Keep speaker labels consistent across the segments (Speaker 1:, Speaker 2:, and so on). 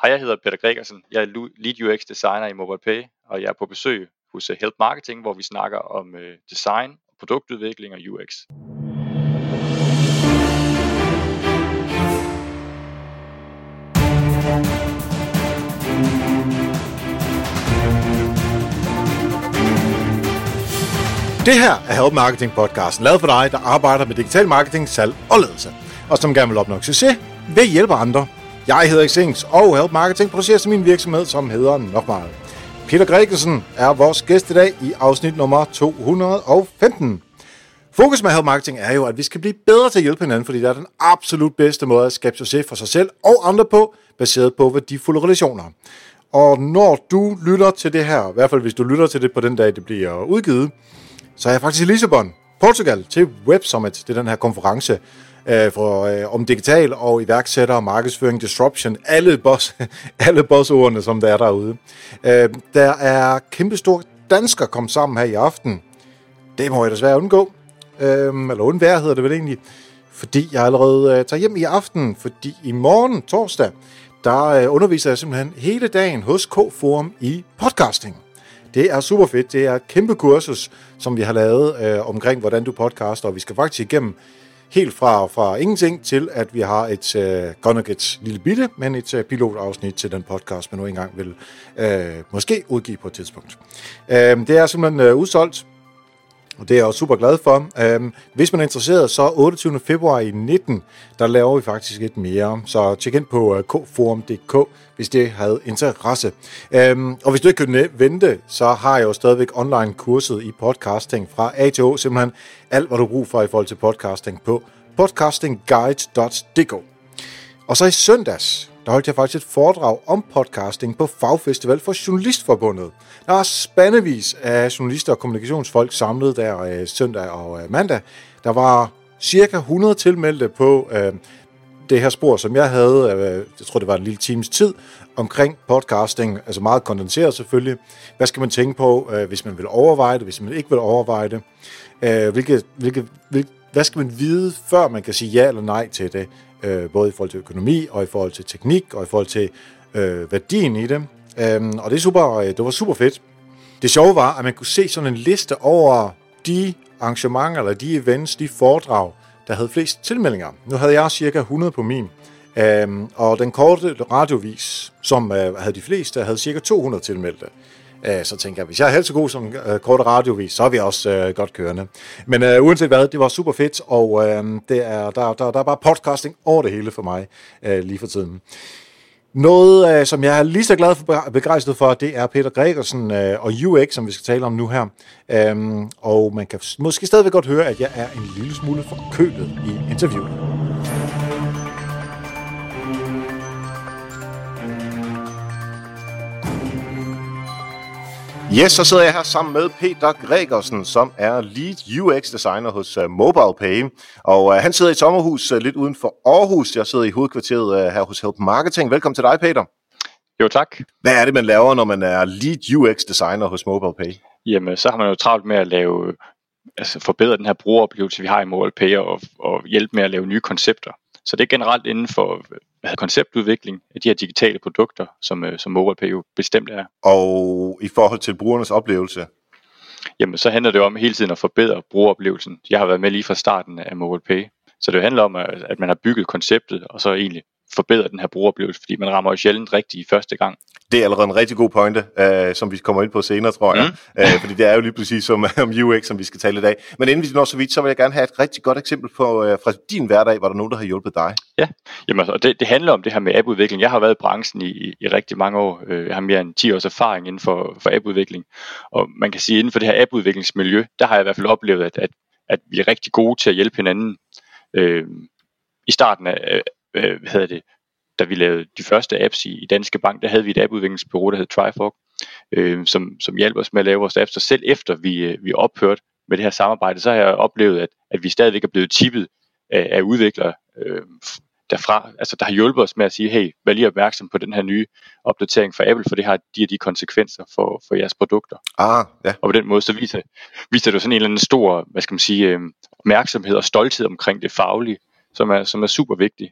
Speaker 1: Hej, jeg hedder Peter Gregersen. Jeg er Lead UX Designer i MobilePay, og jeg er på besøg hos Help Marketing, hvor vi snakker om design, produktudvikling og UX.
Speaker 2: Det her er Help Marketing podcasten, lavet for dig, der arbejder med digital marketing, salg og ledelse, og som gerne vil opnå succes ved at hjælpe andre. Jeg hedder Xings, og Help Marketing producerer til min virksomhed, som hedder nok meget. Peter Gregersen er vores gæst i dag i afsnit nummer 215. Fokus med Help Marketing er jo, at vi skal blive bedre til at hjælpe hinanden, fordi det er den absolut bedste måde at skabe succes for sig selv og andre på, baseret på værdifulde relationer. Og når du lytter til det her, i hvert fald hvis du lytter til det på den dag, det bliver udgivet, så er jeg faktisk i Lissabon, Portugal, til Web Summit. Det er den her konference om digital og iværksætter, markedsføring, disruption, alle bossordene, som der er derude. Der er kæmpestore danskere kommet sammen her i aften. Det må jeg desværre undgå. Eller undvære hedder det vel egentlig. Fordi jeg allerede tager hjem i aften, fordi i morgen, torsdag, der underviser jeg simpelthen hele dagen hos K-Forum i podcasting. Det er super fedt. Det er et kæmpe kursus, som vi har lavet omkring, hvordan du podcaster, og vi skal faktisk igennem helt fra ingenting til, at vi har et godt nok et lille bitte, men et pilotafsnit til den podcast, man nu engang vil måske udgive på et tidspunkt. Det er simpelthen udsolgt, og det er jeg også super glad for. Hvis man er interesseret, så 28. februar i 19, der laver vi faktisk et mere. Så tjek ind på kforum.dk, hvis det havde interesse. Og hvis du ikke kan vente, så har jeg jo stadigvæk online kurset i podcasting fra A til Å. Simpelthen alt, hvad du bruger for i forhold til podcasting på podcastingguide.dk. Og så i søndags, der holdt jeg faktisk et foredrag om podcasting på Fagfestival for Journalistforbundet. Der var spandevis af journalister og kommunikationsfolk samlet der søndag og mandag. Der var cirka 100 tilmeldte på det her spor, som jeg havde, jeg tror det var en lille times tid, omkring podcasting, altså meget kondenseret selvfølgelig. Hvad skal man tænke på, hvis man vil overveje det, hvis man ikke vil overveje det? Hvad skal man vide, før man kan sige ja eller nej til det? Både i forhold til økonomi, og i forhold til teknik, og i forhold til værdien i det. Og det var super fedt. Det sjove var, at man kunne se sådan en liste over de arrangementer, eller de events, de foredrag, der havde flest tilmeldinger. Nu havde jeg cirka 100 på min. Og den korte radiovis, som havde de fleste, havde cirka 200 tilmeldte. Så tænker jeg, hvis jeg er helt så god som korte radiovis, så er vi også godt kørende. Men uanset hvad, det var super fedt, og der er bare podcasting over det hele for mig lige for tiden. Noget, som jeg er lige så glad for, begejstret for, det er Peter Gregersen og UX, som vi skal tale om nu her. Og man kan måske stadigvæk godt høre, at jeg er en lille smule forkølet i interviewet. Yes, så sidder jeg her sammen med Peter Gregersen, som er Lead UX Designer hos MobilePay. Og han sidder i et sommerhus lidt uden for Aarhus. Jeg sidder i hovedkvarteret her hos Help Marketing. Velkommen til dig, Peter.
Speaker 1: Jo, tak.
Speaker 2: Hvad er det, man laver, når man er Lead UX Designer hos MobilePay?
Speaker 1: Jamen, så har man jo travlt med at forbedre den her brugeroplevelse, vi har i MobilePay, og hjælpe med at lave nye koncepter. Så det er generelt inden for konceptudvikling af de her digitale produkter, som MobilePay jo bestemt er. Og
Speaker 2: i forhold til brugernes oplevelse?
Speaker 1: Jamen, så handler det om hele tiden at forbedre brugeroplevelsen. Jeg har været med lige fra starten af MobilePay. Så det handler om, at man har bygget konceptet, og så egentlig forbedre den her brugeroplevelse, fordi man rammer jo sjældent rigtigt i første gang.
Speaker 2: Det er allerede en rigtig god pointe, som vi kommer ind på senere, tror jeg. Fordi det er jo lige præcis om UX, som vi skal tale i dag. Men inden vi når så vidt, så vil jeg gerne have et rigtig godt eksempel på fra din hverdag, hvor der nogen, der har hjulpet dig.
Speaker 1: Ja, jamen, og det handler om det her med appudvikling. Jeg har været i branchen i rigtig mange år. Jeg har mere end 10 års erfaring inden for appudvikling. Og man kan sige, inden for det her appudviklingsmiljø, der har jeg i hvert fald oplevet, at vi er rigtig gode til at hjælpe hinanden. I starten af da vi lavede de første apps i Danske Bank, der havde vi et appudviklingsbureau, der hed Trifork, som hjalp os med at lave vores apps. Så selv efter vi ophørte med det her samarbejde, så har jeg oplevet, at vi stadigvæk er blevet tippet af udviklere derfra, altså der har hjulpet os med at sige, hey, vær lige opmærksom på den her nye opdatering fra Apple, for det har de konsekvenser for jeres produkter.
Speaker 2: Ja.
Speaker 1: Og på den måde så viser det sådan en eller anden stor, opmærksomhed og stolthed omkring det faglige, som er super vigtigt.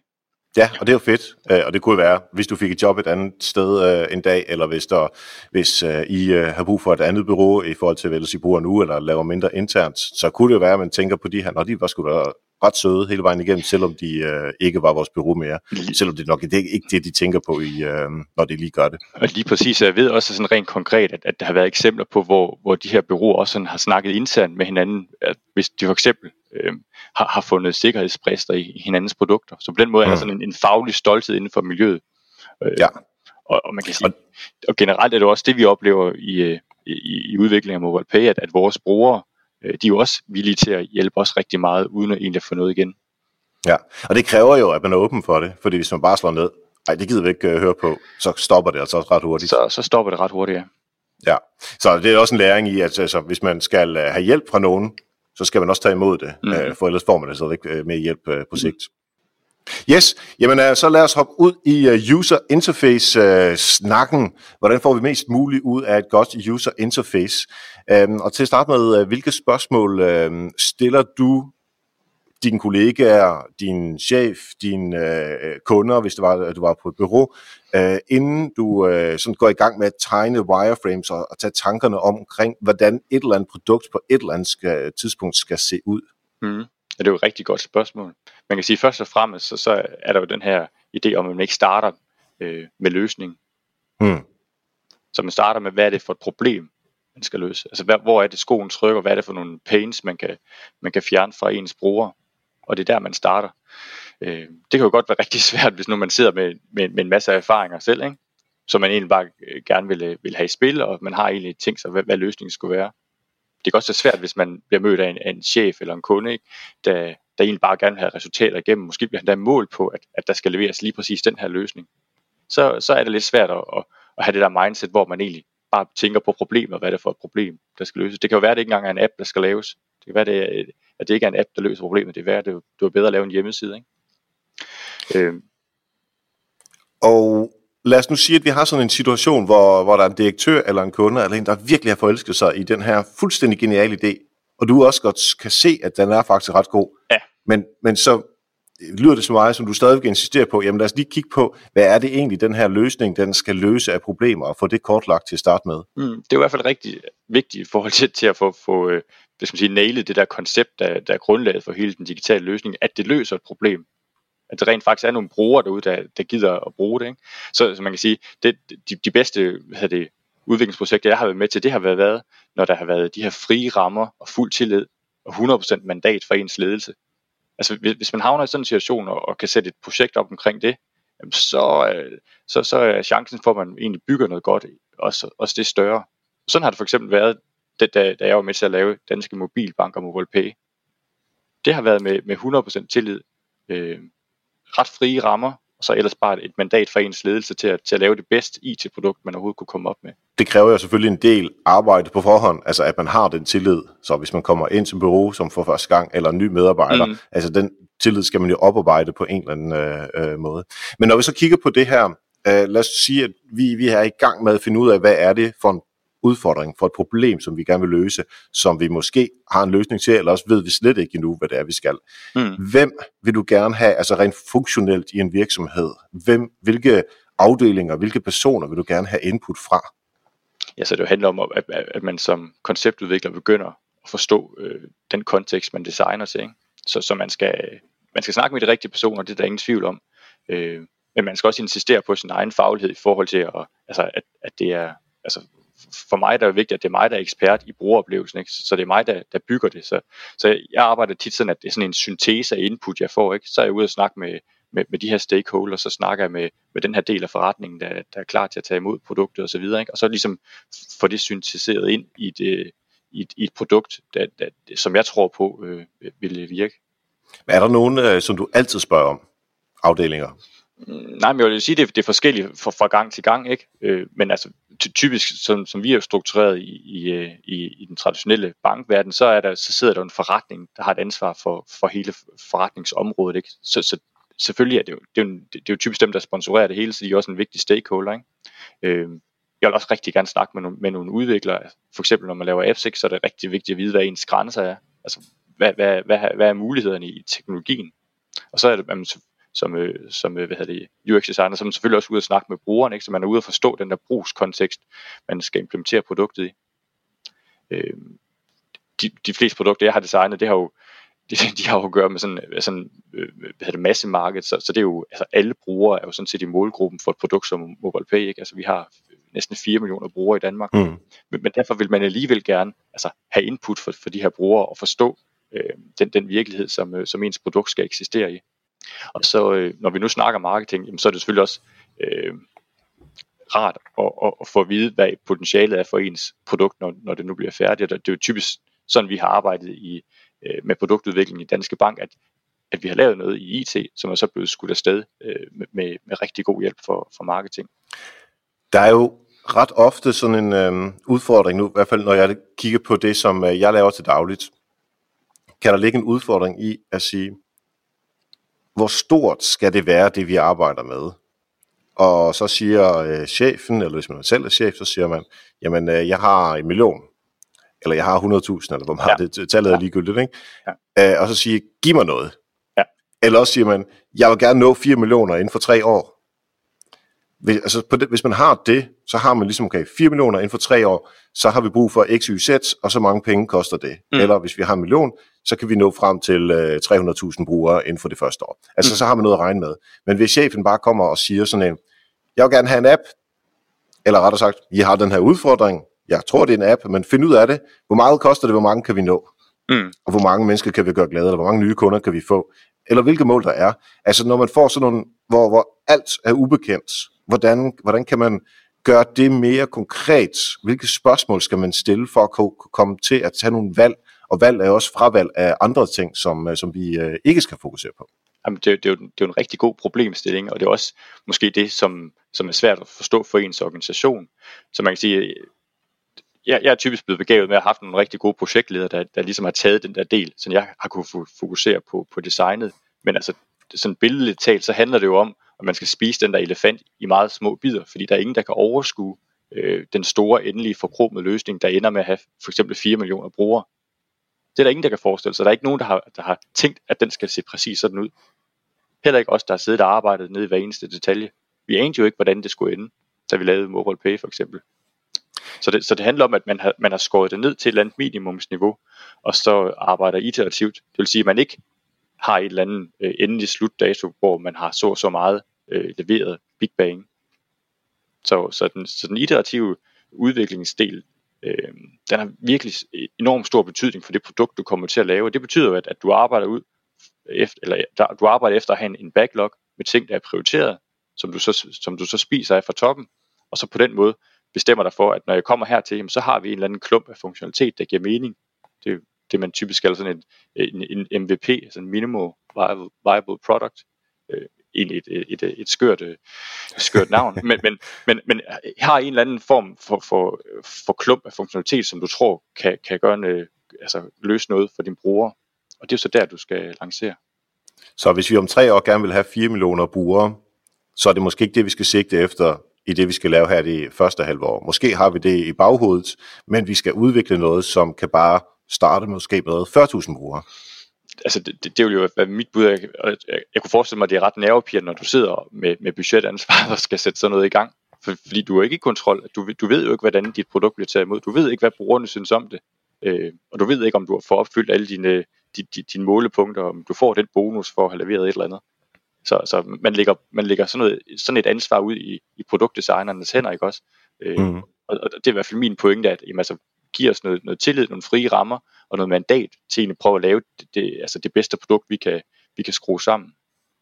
Speaker 2: Ja, og det er jo fedt, og det kunne være, hvis du fik et job et andet sted en dag, eller hvis I har brug for et andet bureau i forhold til, hvad I bruger nu, eller laver mindre internt, så kunne det jo være, at man tænker på de her, når de var sgu da ret søde hele vejen igennem, selvom de ikke var vores bureau mere, selvom det nok ikke det, de tænker på, når de lige gør det.
Speaker 1: Og lige præcis, jeg ved også sådan rent konkret, at der har været eksempler på, hvor de her bureauer også sådan har snakket internt med hinanden, at hvis de for eksempel har fundet sikkerhedsbrister i hinandens produkter. Så på den måde er der sådan en faglig stolthed inden for miljøet.
Speaker 2: Ja.
Speaker 1: Og man kan sige, og generelt er det også det, vi oplever i udviklingen af MobilePay, at vores brugere, de er jo også villige til at hjælpe os rigtig meget, uden at egentlig få noget igen.
Speaker 2: Ja, og det kræver jo, at man er åben for det, fordi hvis man bare slår ned, det gider vi ikke høre på, så stopper det altså ret hurtigt.
Speaker 1: Så stopper det ret hurtigt, ja.
Speaker 2: Ja, så det er også en læring i, at altså, hvis man skal have hjælp fra nogen, så skal man også tage imod det, for ellers får man altså ikke mere hjælp på sigt. Yes, jamen så lad os hoppe ud i user interface-snakken. Hvordan får vi mest muligt ud af et godt user interface? Og til at starte med, hvilke spørgsmål stiller du dine kollegaer, din chef, dine kunder, hvis du var på et bureau, inden du sådan går i gang med at tegne wireframes og tage tankerne omkring, hvordan et eller andet produkt på et eller andet tidspunkt skal se ud?
Speaker 1: Det er jo et rigtig godt spørgsmål. Man kan sige, først og fremmest, så er der jo den her idé om, at man ikke starter med løsning. Så man starter med, hvad er det for et problem, man skal løse. Altså, hvor er det skoen trykker, hvad er det for nogle pains, man kan fjerne fra ens brugere. Og det er der, man starter. Det kan jo godt være rigtig svært, hvis nu man sidder med en masse erfaringer selv, ikke? Så man egentlig bare gerne vil have i spil, og man har egentlig tænkt sig, hvad løsningen skulle være. Det kan også være svært, hvis man bliver mødt af en chef eller en kunde, ikke? Der egentlig bare gerne vil have resultater igennem. Måske bliver han da mål på, at der skal leveres lige præcis den her løsning. Så er det lidt svært at have det der mindset, hvor man egentlig bare tænker på problemer, hvad er det for et problem, der skal løses. Det kan jo være, at det ikke engang er en app, der skal laves. Det kan være, at det ikke er en app, der løser problemet. Det kan være, at det er bedre at lave en hjemmeside, ikke?
Speaker 2: Og lad os nu sige, at vi har sådan en situation, hvor der er en direktør eller en kunde, eller en, der virkelig har forelsket sig i den her fuldstændig geniale idé, og du også godt kan se, at den er faktisk ret god.
Speaker 1: Ja.
Speaker 2: Men så lyder det så meget, som du stadig insisterer på, jamen lad os lige kigge på, hvad er det egentlig, den her løsning, den skal løse af problemer, og få det kortlagt til at starte med.
Speaker 1: Det er i hvert fald rigtig vigtigt i forhold til at få nailet det der koncept, der er grundlaget for hele den digitale løsning, at det løser et problem. At det rent faktisk er nogle brugere derude, der gider at bruge det, ikke? Så man kan sige, de bedste udviklingsprojekter, jeg har været med til, det har været, når der har været de her frie rammer og fuld tillid og 100% mandat for ens ledelse. Altså hvis man havner i sådan en situation og kan sætte et projekt op omkring det, så er chancen for, at man egentlig bygger noget godt, også det større. Sådan har det for eksempel været, da jeg var med til at lave Danske Mobilbank og MobilePay. Det har været med 100% tillid, ret frie rammer, og så ellers bare et mandat for ens ledelse til at lave det bedste IT-produkt, man overhovedet kunne komme op med.
Speaker 2: Det kræver jo selvfølgelig en del arbejde på forhånd, altså at man har den tillid, så hvis man kommer ind til bureau som for første gang, eller en ny medarbejder, altså den tillid skal man jo oparbejde på en eller anden måde. Men når vi så kigger på det her, lad os sige, at vi er i gang med at finde ud af, hvad er det for en udfordring, for et problem, som vi gerne vil løse, som vi måske har en løsning til, eller også ved vi slet ikke endnu, hvad det er, vi skal. Hvem vil du gerne have, altså rent funktionelt i en virksomhed? Hvilke afdelinger, hvilke personer vil du gerne have input fra?
Speaker 1: Ja, så det handler om, at man som konceptudvikler begynder at forstå den kontekst, man designer til, ikke? Så man skal snakke med de rigtige personer, det er der ingen tvivl om. Men man skal også insistere på sin egen faglighed i forhold til, at det er, altså for mig der er vigtigt, at det er mig, der er ekspert i brugeroplevelsen, ikke? Så det er mig, der bygger det. Så jeg arbejder tit sådan, at det er sådan en syntese af input, jeg får, ikke? Så er jeg ude og snakke med de her stakeholders, så snakker jeg med den her del af forretningen, der er klar til at tage imod produktet og så videre, ikke? Og så ligesom få det syntetiseret ind i et produkt, som jeg tror på vil virke.
Speaker 2: Er der nogen, som du altid spørger om, afdelinger?
Speaker 1: Nej, men jeg vil sige, det er forskelligt fra gang til gang, ikke? Men altså typisk, som vi er struktureret i den traditionelle bankverden, så sidder der en forretning, der har et ansvar for hele forretningsområdet, ikke? Så selvfølgelig er det er jo typisk dem, der sponsorerer det hele, så de er også en vigtig stakeholder, ikke? Jeg vil også rigtig gerne snakke med nogle udviklere. For eksempel når man laver apps, så er det rigtig vigtigt at vide, hvad ens grænser er. Altså hvad er mulighederne i teknologien? Og så er det UX-designer, som selvfølgelig også er ude at snakke med brugeren, ikke? Så man er ude at forstå den der brugskontekst, man skal implementere produktet i. De fleste produkter, jeg har designet, de har jo at gøre med sådan massemarked, så det er jo, altså alle brugere er jo sådan set i målgruppen for et produkt som MobilePay, ikke? Altså vi har næsten 4 millioner brugere i Danmark, men derfor vil man alligevel gerne have input for de her brugere og forstå den virkelighed, som ens produkt skal eksistere i. Og så når vi nu snakker marketing, jamen, så er det selvfølgelig også rart at få at vide, hvad potentialet er for ens produkt, når det nu bliver færdigt. Og det er jo typisk sådan, vi har arbejdet med produktudvikling i Danske Bank, at vi har lavet noget i IT, som er så blevet skudt afsted med rigtig god hjælp for marketing.
Speaker 3: Der er jo ret ofte sådan en udfordring nu, i hvert fald når jeg kigger på det, som jeg laver til dagligt, kan der ligge en udfordring i at sige, hvor stort skal det være, det vi arbejder med? Og så siger chefen, eller hvis man selv er chef, så siger man, jamen jeg har 1 million, eller jeg har 100.000, eller hvor meget det tallet er ligegyldigt, ikke? Ja. Og så siger, giv mig noget. Ja. Eller også siger man, jeg vil gerne nå 4 millioner inden for 3 år. Hvis man har det, så har man ligesom, 4 millioner inden for 3 år, så har vi brug for x, y, z, og så mange penge koster det. Eller hvis vi har 1 million, så kan vi nå frem til 300.000 brugere inden for det første år. Altså så har man noget at regne med. Men hvis chefen bare kommer og siger sådan en, jeg vil gerne have en app, eller rettere sagt, I har den her udfordring, jeg tror det er en app, men find ud af det, hvor meget koster det, hvor mange kan vi nå, og hvor mange mennesker kan vi gøre glade, eller hvor mange nye kunder kan vi få, eller hvilke mål der er. Altså når man får sådan nogle, hvor alt er ubekendt, hvordan kan man gøre det mere konkret? Hvilke spørgsmål skal man stille for at kunne komme til at tage nogle valg? Og valg er også fravalg af andre ting, som vi ikke skal fokusere på.
Speaker 1: Jamen, det er jo en rigtig god problemstilling, og det er også måske det, som er svært at forstå for ens organisation. Så man kan sige, jeg er typisk blevet begavet med at have haft nogle rigtig gode projektledere, der ligesom har taget den der del, så jeg har kunnet fokusere på designet. Men altså, sådan billedligt talt, så handler det jo om, at man skal spise den der elefant i meget små bidder, fordi der er ingen, der kan overskue den store, endelige forkromede løsning, der ender med at have for eksempel 4 millioner brugere. Det er der ingen, der kan forestille sig. Der er ikke nogen, der har tænkt, at den skal se præcis sådan ud. Heller ikke os, der har siddet og arbejdet nede i hver eneste detalje. Vi anede jo ikke, hvordan det skulle ende, da vi lavede MobilePay for eksempel. Så det handler om, at man har skåret det ned til et eller andet minimumsniveau, og så arbejder iterativt. Det vil sige, at man ikke har et eller andet endelig slutdato, hvor man har så meget leveret Big Bang. Så den iterative udviklingsdel, den har virkelig enormt stor betydning for det produkt, du kommer til at lave. Det betyder jo, at du arbejder du arbejder efter at have en backlog med ting, der er prioriteret, som du så spiser af fra toppen, og så på den måde bestemmer dig for, at når jeg kommer hertil, så har vi en eller anden klump af funktionalitet, der giver mening. Det er det, man typisk kalder sådan en MVP, altså en Minimum Viable Product. Egentlig et skørt navn, men har en eller anden form for klump af funktionalitet, som du tror kan gøre løse noget for dine brugere. Og det er så der, du skal lancere.
Speaker 3: Så hvis vi om 3 år gerne vil have 4 millioner brugere, så er det måske ikke det, vi skal sigte efter i det, vi skal lave her det første halve år. Måske har vi det i baghovedet, men vi skal udvikle noget, som kan bare starte måske med 40.000 brugere.
Speaker 1: Altså det vil jo være mit bud. Jeg kunne forestille mig, at det er ret nervepirrende, når du sidder med budgetansvar og skal sætte sådan noget i gang. Fordi du er ikke i kontrol. Du ved jo ikke, hvordan dit produkt bliver taget imod. Du ved ikke, hvad brugerne synes om det. Og du ved ikke, om du får opfyldt alle dine målepunkter, om du får den bonus for at have leveret et eller andet. Så man lægger sådan et ansvar ud i produktdesignernes hænder, ikke også? Og det er i hvert fald min pointe, at giver os noget tillid, nogle frie rammer og noget mandat til at prøve at lave det bedste produkt, vi kan skrue sammen.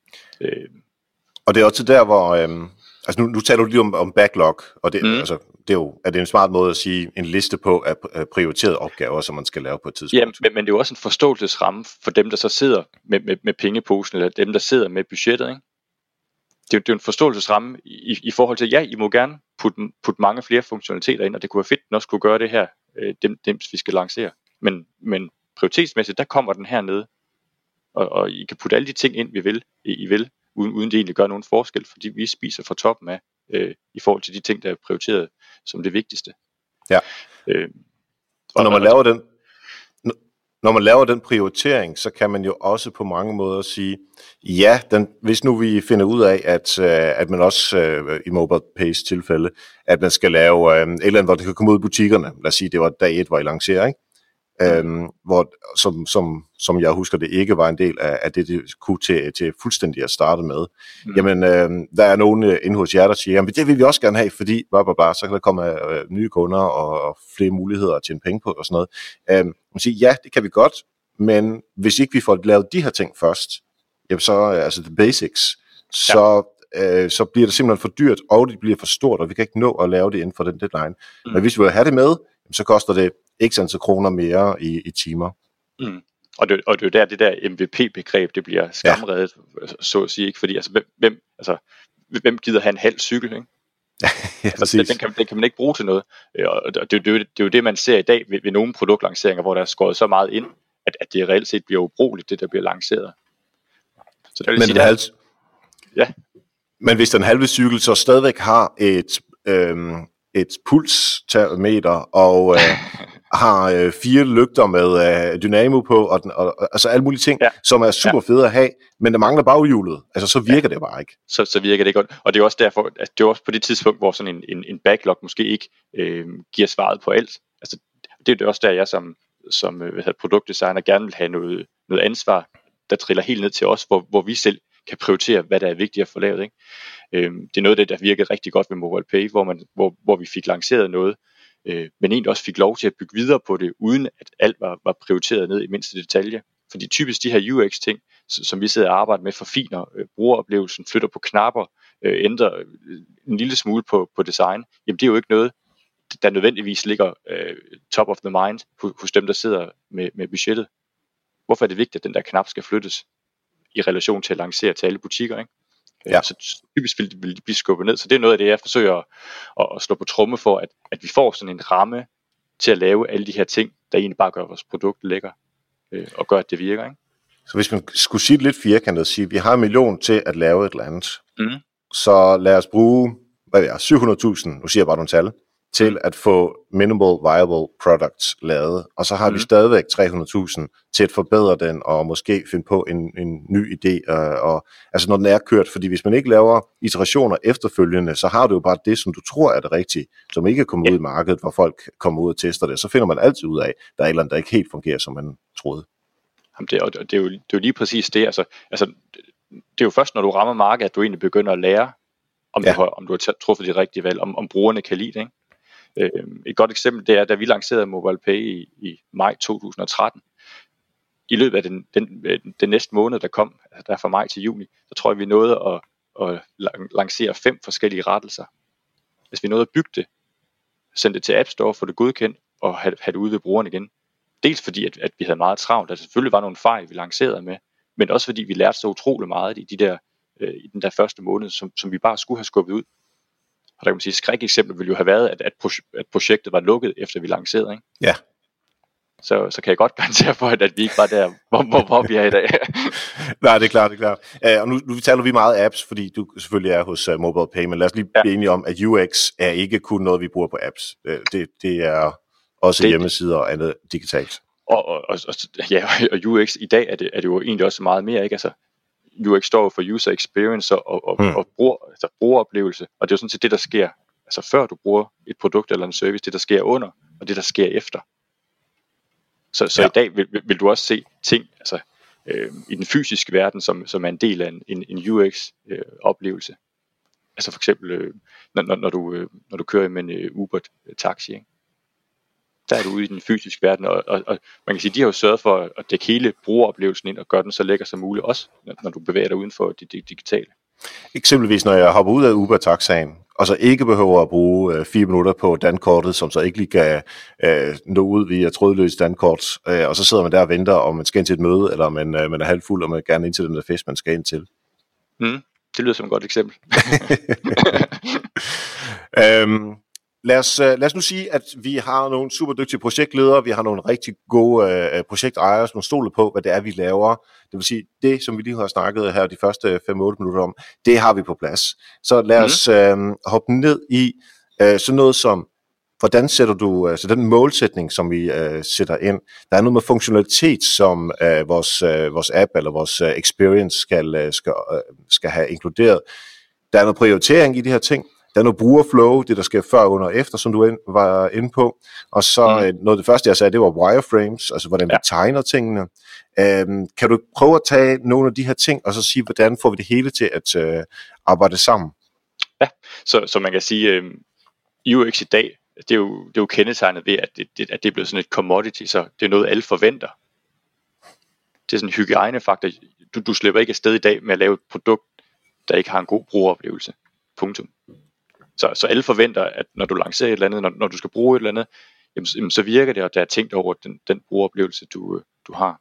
Speaker 3: Og det er også der, hvor nu taler du lige om backlog, og det, det er jo en smart måde at sige en liste på af prioriterede opgaver, som man skal lave på et tidspunkt.
Speaker 1: Ja, men det er jo også en forståelsesramme for dem, der så sidder med pengeposen, eller dem, der sidder med budgettet, ikke? Det er jo en forståelsesramme i forhold til, ja, I må gerne putte mange flere funktionaliteter ind, og det kunne være fedt, den også kunne gøre det her, dem vi skal lancere. Men prioritetsmæssigt, der kommer den hernede, og I kan putte alle de ting ind, I vil, uden det egentlig gør nogen forskel, fordi vi spiser fra toppen af, i forhold til de ting, der er prioriteret som det vigtigste.
Speaker 3: Ja. Og når man laver den... når man laver den prioritering, så kan man jo også på mange måder sige, ja, hvis nu vi finder ud af, at man også i MobilePays tilfælde, at man skal lave et eller andet, hvor det kan komme ud i butikkerne. Lad os sige, det var dag 1, hvor I lancerer, ikke? Hvor, som jeg husker, det ikke var en del af det kunne til fuldstændig at starte med. Jamen, der er nogen inde hos jer, der siger, jamen det vil vi også gerne have, fordi så kan der komme nye kunder og flere muligheder at tjene penge på og sådan noget. Man siger, ja, det kan vi godt, men hvis ikke vi får lavet de her ting først, jamen så, altså the basics, så bliver det simpelthen for dyrt, og det bliver for stort, og vi kan ikke nå at lave det inden for den deadline. Men hvis vi vil have det med, så koster det x antal kroner mere i timer.
Speaker 1: Og det er jo der, det der MVP-begreb, det bliver skamredet, så at sige, ikke? Fordi hvem gider have en halv cykel, ikke?
Speaker 3: Ja,
Speaker 1: den kan man ikke bruge til noget. Og det er jo det, man ser i dag ved nogle produktlanceringer, hvor der er skåret så meget ind, at det reelt set bliver ubrugeligt, det der bliver lanceret. Så det vil sige,
Speaker 3: men hvis den halve cykel så stadigvæk har et pulstermometer og har 4 lygter med dynamo på, og altså alle mulige ting, som er super fede at have, men der mangler baghjulet. Altså så virker det bare ikke.
Speaker 1: Så virker det godt. Og det er også derfor, at det er også på det tidspunkt, hvor sådan en backlog måske ikke giver svaret på alt. Altså det er også der, jeg som produktdesigner gerne vil have noget ansvar, der triller helt ned til os, hvor vi selv kan prioritere, hvad der er vigtigt at få lavet, ikke? Det er noget af det, der virkede rigtig godt ved MobilePay, hvor vi fik lanceret noget, men egentlig også fik lov til at bygge videre på det, uden at alt var prioriteret ned i mindste detalje. Fordi typisk de her UX-ting, som vi sidder og arbejder med, forfiner brugeroplevelsen, flytter på knapper, ændrer en lille smule på design, jamen det er jo ikke noget, der nødvendigvis ligger top of the mind hos dem, der sidder med budgettet. Hvorfor er det vigtigt, at den der knap skal flyttes i relation til at lancere til alle butikker, ikke? Ja. Så typisk vil de blive skubbet ned. Så det er noget af det, jeg forsøger at slå på tromme for, at vi får sådan en ramme til at lave alle de her ting, der egentlig bare gør vores produkt lækker, og gør, at det virker, ikke?
Speaker 3: Så hvis man skulle sige det lidt firkantet, og sige, at vi har 1 million til at lave et eller andet, så lad os bruge 700.000, nu siger jeg bare nogle tal, til at få minimal viable products lavet, og så har vi stadigvæk 300.000 til at forbedre den, og måske finde på en ny idé, og altså når den er kørt, fordi hvis man ikke laver iterationer efterfølgende, så har du jo bare det, som du tror er det rigtige, som ikke er kommet ud i markedet, hvor folk kommer ud og tester det, så finder man altid ud af, der er et eller andet, der ikke helt fungerer, som man troede.
Speaker 1: Jamen det er jo lige præcis det, altså det er jo først, når du rammer markedet, at du egentlig begynder at lære, om du har truffet de rigtige valg, om brugerne kan lide det, ikke? Et godt eksempel, det er, da vi lancerede MobilePay i maj 2013. I løbet af den næste måned, der kom, altså der fra maj til juni, så tror jeg, vi nåede at lancere 5 forskellige rettelser. Hvis vi nåede at bygge det, sende det til App Store, få det godkendt, og have det ude ved brugeren igen. Dels fordi, at vi havde meget travlt, at der selvfølgelig var nogle fejl, vi lancerede med, men også fordi vi lærte så utrolig meget i den der første måned, som vi bare skulle have skubbet ud. Og der kan man sige, at skrækeksemplet ville jo have været, at projektet var lukket, efter vi lancerede, ikke?
Speaker 3: Ja.
Speaker 1: Så kan jeg godt garantere for, at vi ikke var der, hvor vi er i dag.
Speaker 3: Nej, det er klart. Og nu taler vi meget apps, fordi du selvfølgelig er hos MobilePay, men lad os lige blive enige om, at UX er ikke kun noget, vi bruger på apps. Det er også hjemmesider og andet digitalt.
Speaker 1: Og UX i dag er det jo egentlig også meget mere, ikke? Altså, UX står for user experience og brugeroplevelse, og det er jo sådan set det, der sker, altså før du bruger et produkt eller en service, det der sker under, og det der sker efter. Så i dag vil du også se ting, altså i den fysiske verden, som er en del af en UX-oplevelse. Altså for eksempel, når du kører med en Uber-taxi, ikke? Der er du ude i den fysiske verden, og man kan sige, de har jo sørget for at dække hele brugeroplevelsen ind og gøre den så lækker som muligt, også når du bevæger dig uden for det digitale.
Speaker 3: Eksempelvis når jeg hopper ud af Uber-taxaen, og så ikke behøver at bruge 4 minutter på dankortet, som så ikke lige kan nå ud via trådløst dankort, og så sidder man der og venter, om man skal ind til et møde, eller man er halvfuld, og man gerne ind til den der fest, man skal ind til.
Speaker 1: Det lyder som et godt eksempel.
Speaker 3: Lad os nu sige, at vi har nogle super dygtige projektledere, vi har nogle rigtig gode projektejere, som stoler på, hvad det er, vi laver. Det vil sige, det, som vi lige har snakket her de første 5-8 minutter om, det har vi på plads. Så lad os hoppe ned i sådan noget som hvordan sætter du altså den målsætning, som vi sætter ind? Der er noget med funktionalitet, som vores app eller vores experience skal have inkluderet. Der er noget prioritering i de her ting. Der er noget brugerflow, det der sker før, under og efter, som du var inde på. Og så noget af det første, jeg sagde, det var wireframes, altså hvordan vi tegner tingene. Kan du prøve at tage nogle af de her ting, og så sige, hvordan får vi det hele til at arbejde sammen?
Speaker 1: Ja, så man kan sige, UX i dag, det er jo kendetegnet ved, at det er blevet sådan et commodity, så det er noget, alle forventer. Det er sådan en hygiejnefaktor. Du slipper ikke afsted i dag med at lave et produkt, der ikke har en god brugeroplevelse. Punktum. Så alle forventer, at når du lancerer et eller andet, når du skal bruge et eller andet, jamen, så virker det, og der er tænkt over den brugeroplevelse, du har.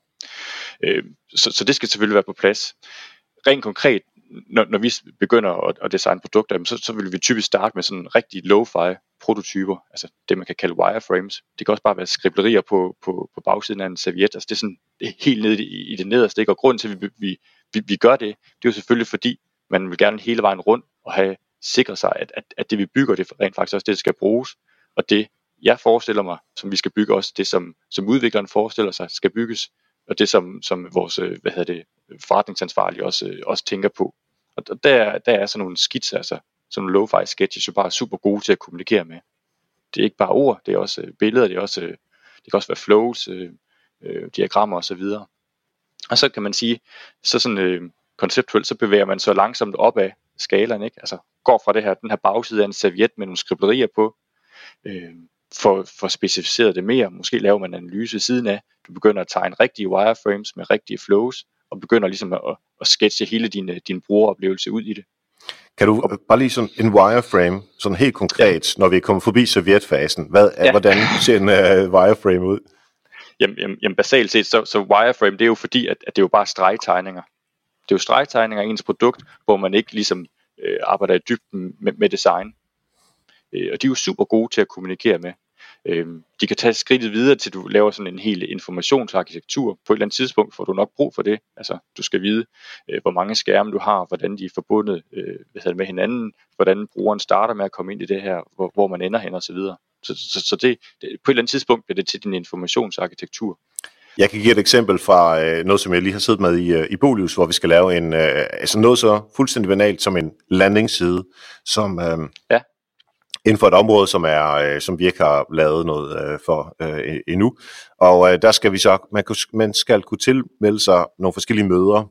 Speaker 1: Så det skal selvfølgelig være på plads. Rent konkret, når vi begynder at designe produkter, så vil vi typisk starte med sådan rigtig lo-fi prototyper, altså det man kan kalde wireframes. Det kan også bare være skriblerier på bagsiden af en serviet, altså det er sådan helt nede i det nederste, ikke? Og grunden til, at vi gør det, det er jo selvfølgelig fordi, man vil gerne hele vejen rundt og have sikret sig, at det vi bygger, det rent faktisk også det skal bruges, og det jeg forestiller mig, som vi skal bygge også, det som udvikleren forestiller sig skal bygges, og det som vores forretningsansvarlige også tænker på. Og der er sådan nogle skitser, altså sådan nogle lo-fi sketches, jo bare super gode til at kommunikere med. Det er ikke bare ord, det er også billeder, det kan også være flows, diagrammer osv. Og så kan man sige, så sådan konceptuelt, så bevæger man så langsomt op ad skalaen, ikke? Altså går fra den her bagside af en serviet med nogle skriblerier på, for specificeret det mere, måske laver man en analyse siden af, du begynder at tegne rigtige wireframes med rigtige flows, og begynder ligesom at sketche hele din brugeroplevelse ud i det.
Speaker 3: Kan du bare lige sådan en wireframe, sådan helt konkret, når vi kommer forbi servietfasen, hvordan ser en wireframe ud?
Speaker 1: Jamen basalt set, så wireframe, det er jo fordi, at det er jo bare stregtegninger. Det er jo stregtegninger af ens produkt, hvor man ikke ligesom arbejder i dybden med design. Og de er jo super gode til at kommunikere med. De kan tage skridtet videre til du laver sådan en hel informationsarkitektur. På et eller andet tidspunkt får du nok brug for det. Altså du skal vide hvor mange skærme du har, hvordan de er forbundet med hinanden, hvordan brugeren starter med at komme ind i det her, hvor man ender hen og så videre. Så det på et eller andet tidspunkt bliver det til din informationsarkitektur.
Speaker 3: Jeg kan give et eksempel fra noget, som jeg lige har siddet med i Bolius, hvor vi skal lave altså noget så fuldstændig banalt som en landingsside, som inden for et område, som vi ikke har lavet noget for endnu. Og der skal vi så, man skal kunne tilmelde sig nogle forskellige møder.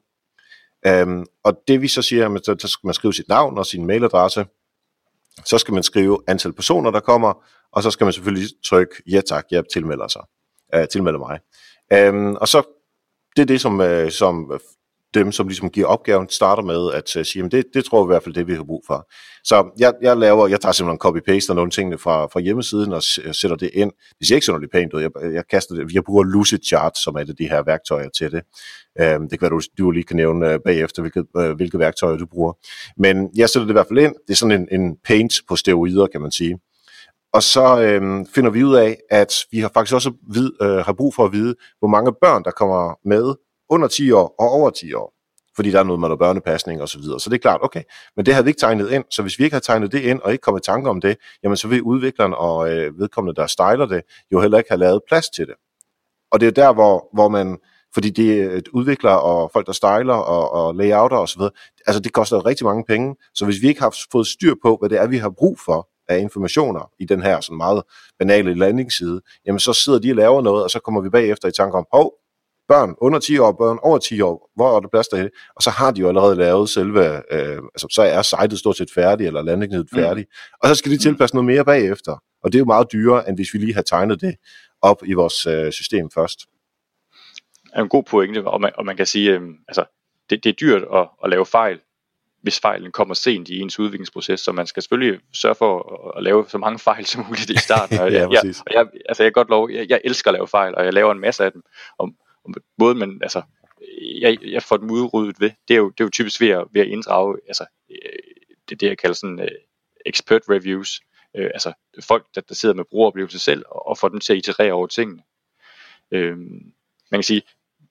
Speaker 3: Og det vi så siger, så skal man skrive sit navn og sin mailadresse. Så skal man skrive antal personer, der kommer, og så skal man selvfølgelig trykke ja tak, jeg tilmelder mig. Og så det er det, som dem, som ligesom giver opgaven, starter med at sige, jamen det tror jeg i hvert fald det, vi har brug for. Så jeg tager simpelthen copy-paste nogle tingene fra hjemmesiden og sætter det ind. Det ser ikke sådan lidt pænt ud. Jeg bruger Lucidchart, som er et af de her værktøjer til det. Det kan være, du lige kan nævne bagefter, hvilke værktøjer du bruger. Men jeg sætter det i hvert fald ind. Det er sådan en paint på steroider, kan man sige. Og så finder vi ud af, at vi har faktisk også har brug for at vide, hvor mange børn, der kommer med under 10 år og over 10 år. Fordi der er noget med noget børnepasning og så videre. Så det er klart, okay, men det havde vi ikke tegnet ind. Så hvis vi ikke har tegnet det ind, og ikke kommet i tanke om det, jamen så vil udvikleren og vedkommende, der styler det, jo heller ikke have lavet plads til det. Og det er der, hvor man, fordi det er udviklere og folk, der styler og layouter og så videre, altså det koster rigtig mange penge. Så hvis vi ikke har fået styr på, hvad det er, vi har brug for af informationer i den her sådan meget banale landingsside, jamen så sidder de og laver noget, og så kommer vi bagefter i tanke om, børn under 10 år, børn over 10 år, hvor er der plads derhen? Og så har de jo allerede lavet selve, altså så er sitet stort set færdig, eller landingssiden færdig, og så skal de tilpasse noget mere bagefter. Og det er jo meget dyrere, end hvis vi lige har tegnet det op i vores system først.
Speaker 1: Det er en god pointe, og man kan sige, altså det er dyrt at lave fejl, hvis fejlen kommer sent i ens udviklingsproces, så man skal selvfølgelig sørge for at lave så mange fejl som muligt i starten. Og jeg kan godt love, jeg elsker at lave fejl, og jeg laver en masse af dem. Og måden man, altså, jeg får dem udryddet ved, det er jo typisk ved at inddrage, altså, det jeg kalder sådan expert reviews, altså folk, der sidder med brugeroplevelse selv, og får dem til at iterere over tingene. Man kan sige,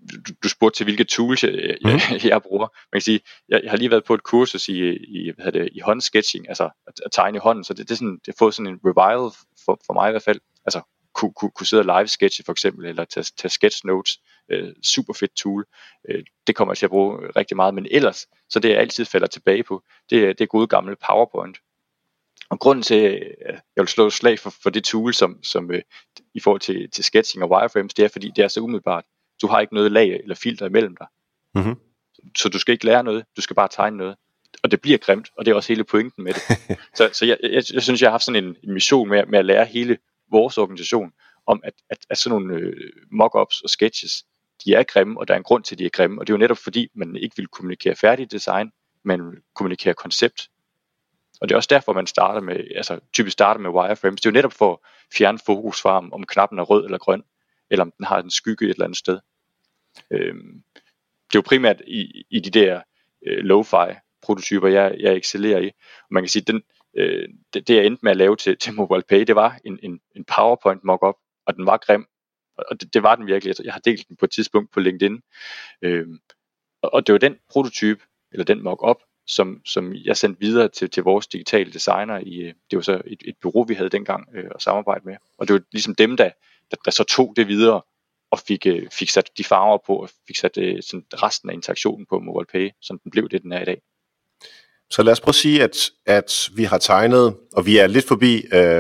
Speaker 1: du spurgte til, hvilke tools jeg bruger. Man kan sige, jeg har lige været på et kursus i håndsketching, altså at tegne i hånden, så det er sådan, det har fået sådan en revival for mig i hvert fald. Altså kunne sidde og live sketche for eksempel, eller tage sketch notes. Super fedt tool. Det kommer jeg til at bruge rigtig meget, men ellers, så det jeg altid falder tilbage på, det er gode gamle PowerPoint. Og grunden til, at jeg vil slå et slag for det tool, som i forhold til sketching og wireframes, det er, fordi det er så umiddelbart. Du har ikke noget lag eller filter imellem dig. Mm-hmm. Så du skal ikke lære noget, du skal bare tegne noget. Og det bliver grimt, og det er også hele pointen med det. så jeg synes, jeg har haft sådan en mission med at lære hele vores organisation, om at sådan nogle mock-ups og sketches, de er grimme, og der er en grund til, at de er grimme. Og det er jo netop fordi, man ikke vil kommunikere færdig design, men vil kommunikere koncept. Og det er også derfor, man typisk starter med wireframes. Det er jo netop for at fjerne fokus fra, om knappen er rød eller grøn, eller om den har en skygge et eller andet sted. Det er jo primært i de der lo-fi prototyper, jeg excellerer i. Og man kan sige, det jeg endte med at lave til MobilePay, det var en PowerPoint mock-up, og den var grim. Og det var den virkelig. Jeg har delt den på et tidspunkt på LinkedIn. Og det var den prototype, eller den mock-up, som jeg sendte videre til vores digitale designer det var så et bureau, vi havde dengang at samarbejde med. Og det var ligesom dem, der så tog det videre og fik sat de farver på, og fik sat sådan resten af interaktionen på MobilePay, som den blev det, den er i dag.
Speaker 3: Så lad os prøve at sige, at vi har tegnet, og vi er lidt forbi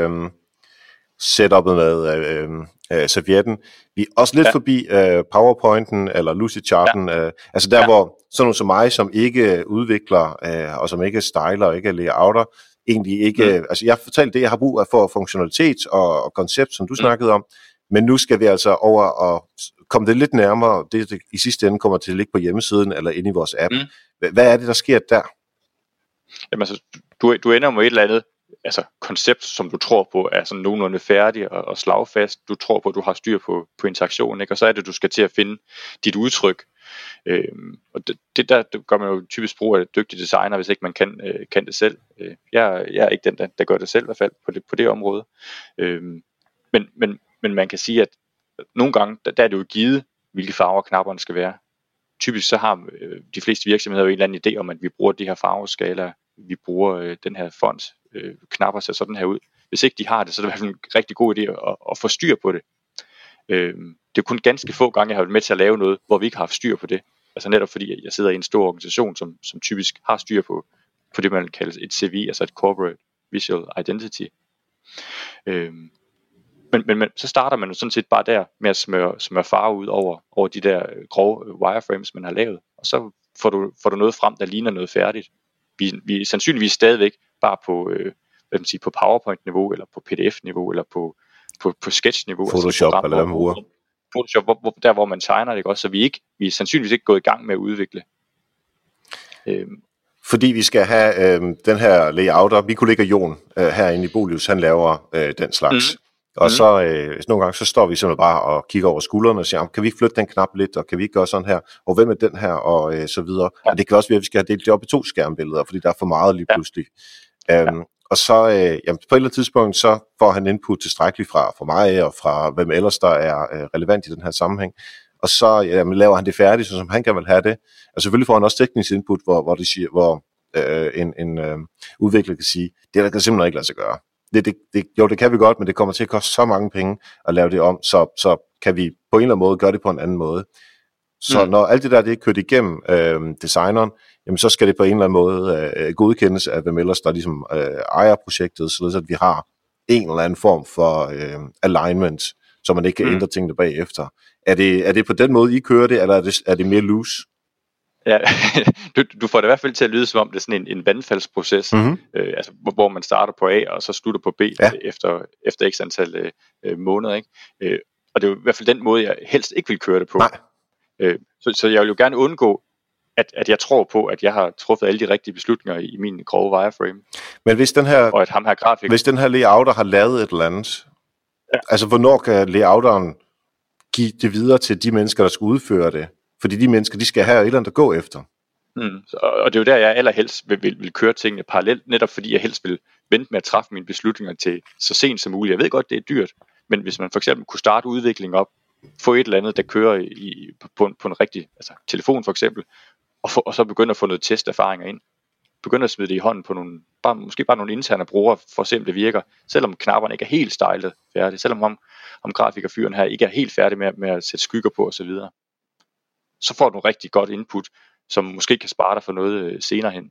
Speaker 3: setupet med servietten. Vi er også lidt forbi PowerPointen eller Lucidcharten. Altså der, hvor sådan nogle som mig, som ikke udvikler, og som ikke styler og ikke layouter, egentlig ikke... Altså jeg fortalte det, jeg har brug for funktionalitet og koncept, som du snakkede om, men nu skal vi altså over og komme det lidt nærmere. Det i sidste ende kommer til at ligge på hjemmesiden eller inde i vores app. Hvad er det, der sker der?
Speaker 1: Jamen altså, du ender med et eller andet koncept, som du tror på er sådan nogenlunde færdig og slagfast. Du tror på, at du har styr på interaktionen, ikke? Og så er det, du skal til at finde dit udtryk. Og det gør man jo typisk brug af dygtige designer, hvis ikke man kan det selv. Jeg er ikke den, der gør det selv i hvert fald på det område. Men man kan sige, at nogle gange, der er det jo givet, hvilke farver knapperne skal være. Typisk så har de fleste virksomheder jo en eller anden idé om, at vi bruger de her farveskalaer, vi bruger den her font, knapper ser sådan her ud. Hvis ikke de har det, så er det i hvert fald en rigtig god idé at få styr på det. Det er kun ganske få gange, jeg har været med til at lave noget, hvor vi ikke har haft styr på det. Altså netop fordi jeg sidder i en stor organisation, som typisk har styr på det, man kalder et CV, altså et Corporate Visual Identity. Men så starter man jo sådan set bare der med at smøre farve ud over de der grove wireframes, man har lavet. Og så får du noget frem, der ligner noget færdigt. Vi er sandsynligvis stadigvæk bare på, på PowerPoint-niveau, eller på PDF-niveau, eller på sketch-niveau.
Speaker 3: Photoshop, altså eller hvad man bruger.
Speaker 1: Photoshop, der hvor man tegner det, ikke også? Så vi er sandsynligvis ikke gået i gang med at udvikle.
Speaker 3: Fordi vi skal have den her layouter. Vi kunne ligge Jon herinde i Bolius, han laver den slags. Og så nogle gange, så står vi simpelthen bare og kigger over skuldrene og siger, kan vi ikke flytte den knap lidt, og kan vi ikke gøre sådan her, og hvem er den her, og så videre. Ja. Og det kan også være, at vi skal have delt det op i 2 skærmbilleder, fordi der er for meget lige pludselig. Og så på et eller andet tidspunkt, så får han input tilstrækkeligt fra mig, og fra hvem ellers, der er relevant i den her sammenhæng. Og så laver han det færdigt, som han kan vel have det. Og selvfølgelig får han også teknisk input, hvor en udvikler kan sige, det der kan simpelthen ikke lade sig gøre. Det kan vi godt, men det kommer til at koste så mange penge at lave det om, så kan vi på en eller anden måde gøre det på en anden måde. Så når alt det der det er kørt igennem designeren, jamen så skal det på en eller anden måde godkendes af hvem ellers der ligesom ejer projektet, således at vi har en eller anden form for alignment, så man ikke kan ændre tingene bagefter. Er det på den måde, I kører det, eller er det mere loose?
Speaker 1: Ja, du får det i hvert fald til at lyde som om det er sådan en vandfaldsproces, altså, hvor man starter på A og så slutter på B efter x antal måneder, ikke? Og det er jo i hvert fald den måde, jeg helst ikke vil køre det på. Så jeg vil jo gerne undgå, at jeg tror på, at jeg har truffet alle de rigtige beslutninger i min grove wireframe.
Speaker 3: Men hvis den her,
Speaker 1: og at ham her grafiker,
Speaker 3: hvis den her layouter har lavet et eller andet, altså hvornår kan layouteren give det videre til de mennesker, der skal udføre det? Fordi de mennesker, de skal have et eller andet at gå efter.
Speaker 1: Og det er jo der, jeg allerhelst vil køre tingene parallelt, netop fordi jeg helst vil vente med at træffe mine beslutninger til så sent som muligt. Jeg ved godt, det er dyrt, men hvis man for eksempel kunne starte udviklingen op få et eller andet, der kører på en rigtig telefon for eksempel, og så begynde at få noget testerfaringer ind. Begynde at smide det i hånden på måske bare nogle interne brugere, for at se om det virker, selvom knapperne ikke er helt stylet færdige, selvom om grafikerfyren her ikke er helt færdig med at sætte skygger på osv. Så får du nogle rigtig godt input, som måske kan spare dig for noget senere hen.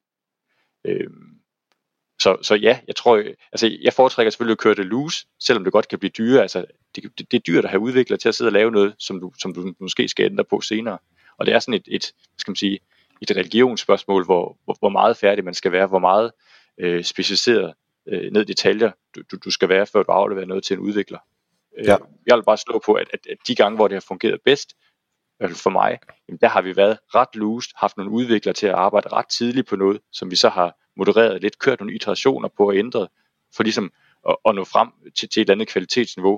Speaker 1: Så ja, jeg tror, jeg foretrækker selvfølgelig at køre det loose, selvom det godt kan blive dyre. Det er dyrt at have udviklere til at sidde og lave noget, som du måske skal ændre på senere. Og det er sådan et religionsspørgsmål, hvor meget færdig man skal være, hvor meget specificeret ned i detaljer du skal være, før du afleverer noget til en udvikler. Ja. Jeg vil bare slå på, at de gange, hvor det har fungeret bedst, for mig, der har vi været ret loose, haft nogle udviklere til at arbejde ret tidligt på noget, som vi så har modereret lidt, kørt nogle iterationer på og ændret, for ligesom at nå frem til et eller andet kvalitetsniveau,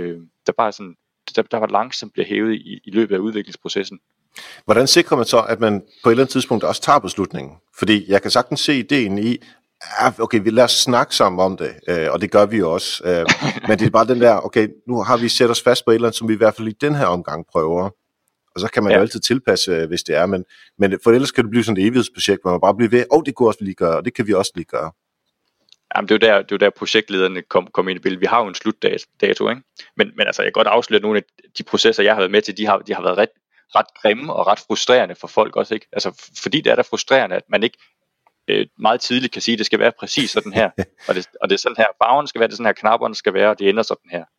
Speaker 1: der var langsomt bliver hævet i løbet af udviklingsprocessen.
Speaker 3: Hvordan sikrer man så, at man på et eller andet tidspunkt også tager beslutningen? Fordi jeg kan sagtens se ideen i, okay, vi lader os snakke sammen om det, og det gør vi jo også, men det er bare den der, okay, nu har vi sat os fast på et eller andet, som vi i hvert fald i den her omgang prøver, og så kan man jo altid tilpasse, hvis det er, men for ellers kan det blive sådan et evighedsprojekt, hvor man bare bliver ved, det kunne også lige gøre, og det kan vi også lige gøre.
Speaker 1: Jamen, det er jo der projektlederne kom ind i billedet. Vi har jo en slutdato, ikke? Men jeg kan godt afsløre, at nogle af de processer, jeg har været med til, de har været ret grimme og ret frustrerende for folk også, ikke? Fordi det er da frustrerende, at man ikke meget tidligt kan sige, at det skal være præcis sådan her, og det er sådan her, farven skal være, det sådan her, knapperne skal være, og det ender sådan her.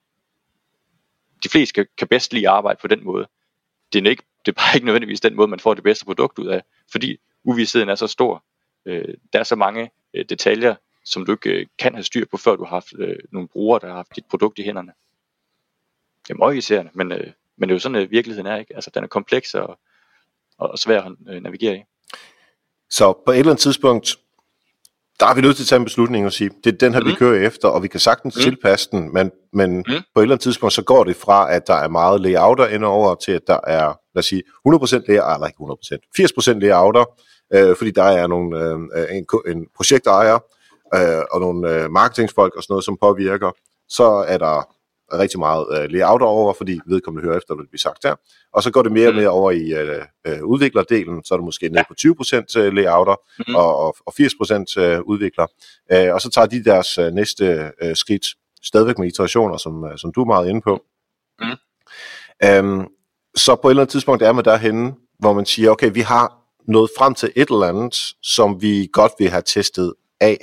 Speaker 1: De fleste kan bedst lige arbejde på den måde. Det er bare ikke nødvendigvis den måde, man får det bedste produkt ud af, fordi uvisheden er så stor. Der er så mange detaljer, som du ikke kan have styr på, før du har haft nogle brugere, der har haft dit produkt i hænderne. Det er meget irriterende, men det er jo sådan, virkeligheden er, ikke? Den er kompleks og svær at navigere i.
Speaker 3: Så på et eller andet tidspunkt, der er vi nødt til at tage en beslutning og sige, det er den her, vi kører efter, og vi kan sagtens tilpasse den, men på et eller andet tidspunkt, så går det fra, at der er meget layouter indover, til at der er, lad os sige, 100% layout, eller ikke 100%, 80% layouter, fordi der er en projektejer, og nogle marketingsfolk og sådan noget, som påvirker. Så er der rigtig meget layouter over, fordi vedkommende hører efter, hvad det bliver sagt der. Og så går det mere og mere over i udviklerdelen, så er det måske ned på 20% layouter og 80% udvikler. Og så tager de deres næste skridt stadigvæk med iterationer, som du er meget inde på. Så på et eller andet tidspunkt er man derhenne, hvor man siger, okay, vi har nået frem til et eller andet, som vi godt vil have testet af.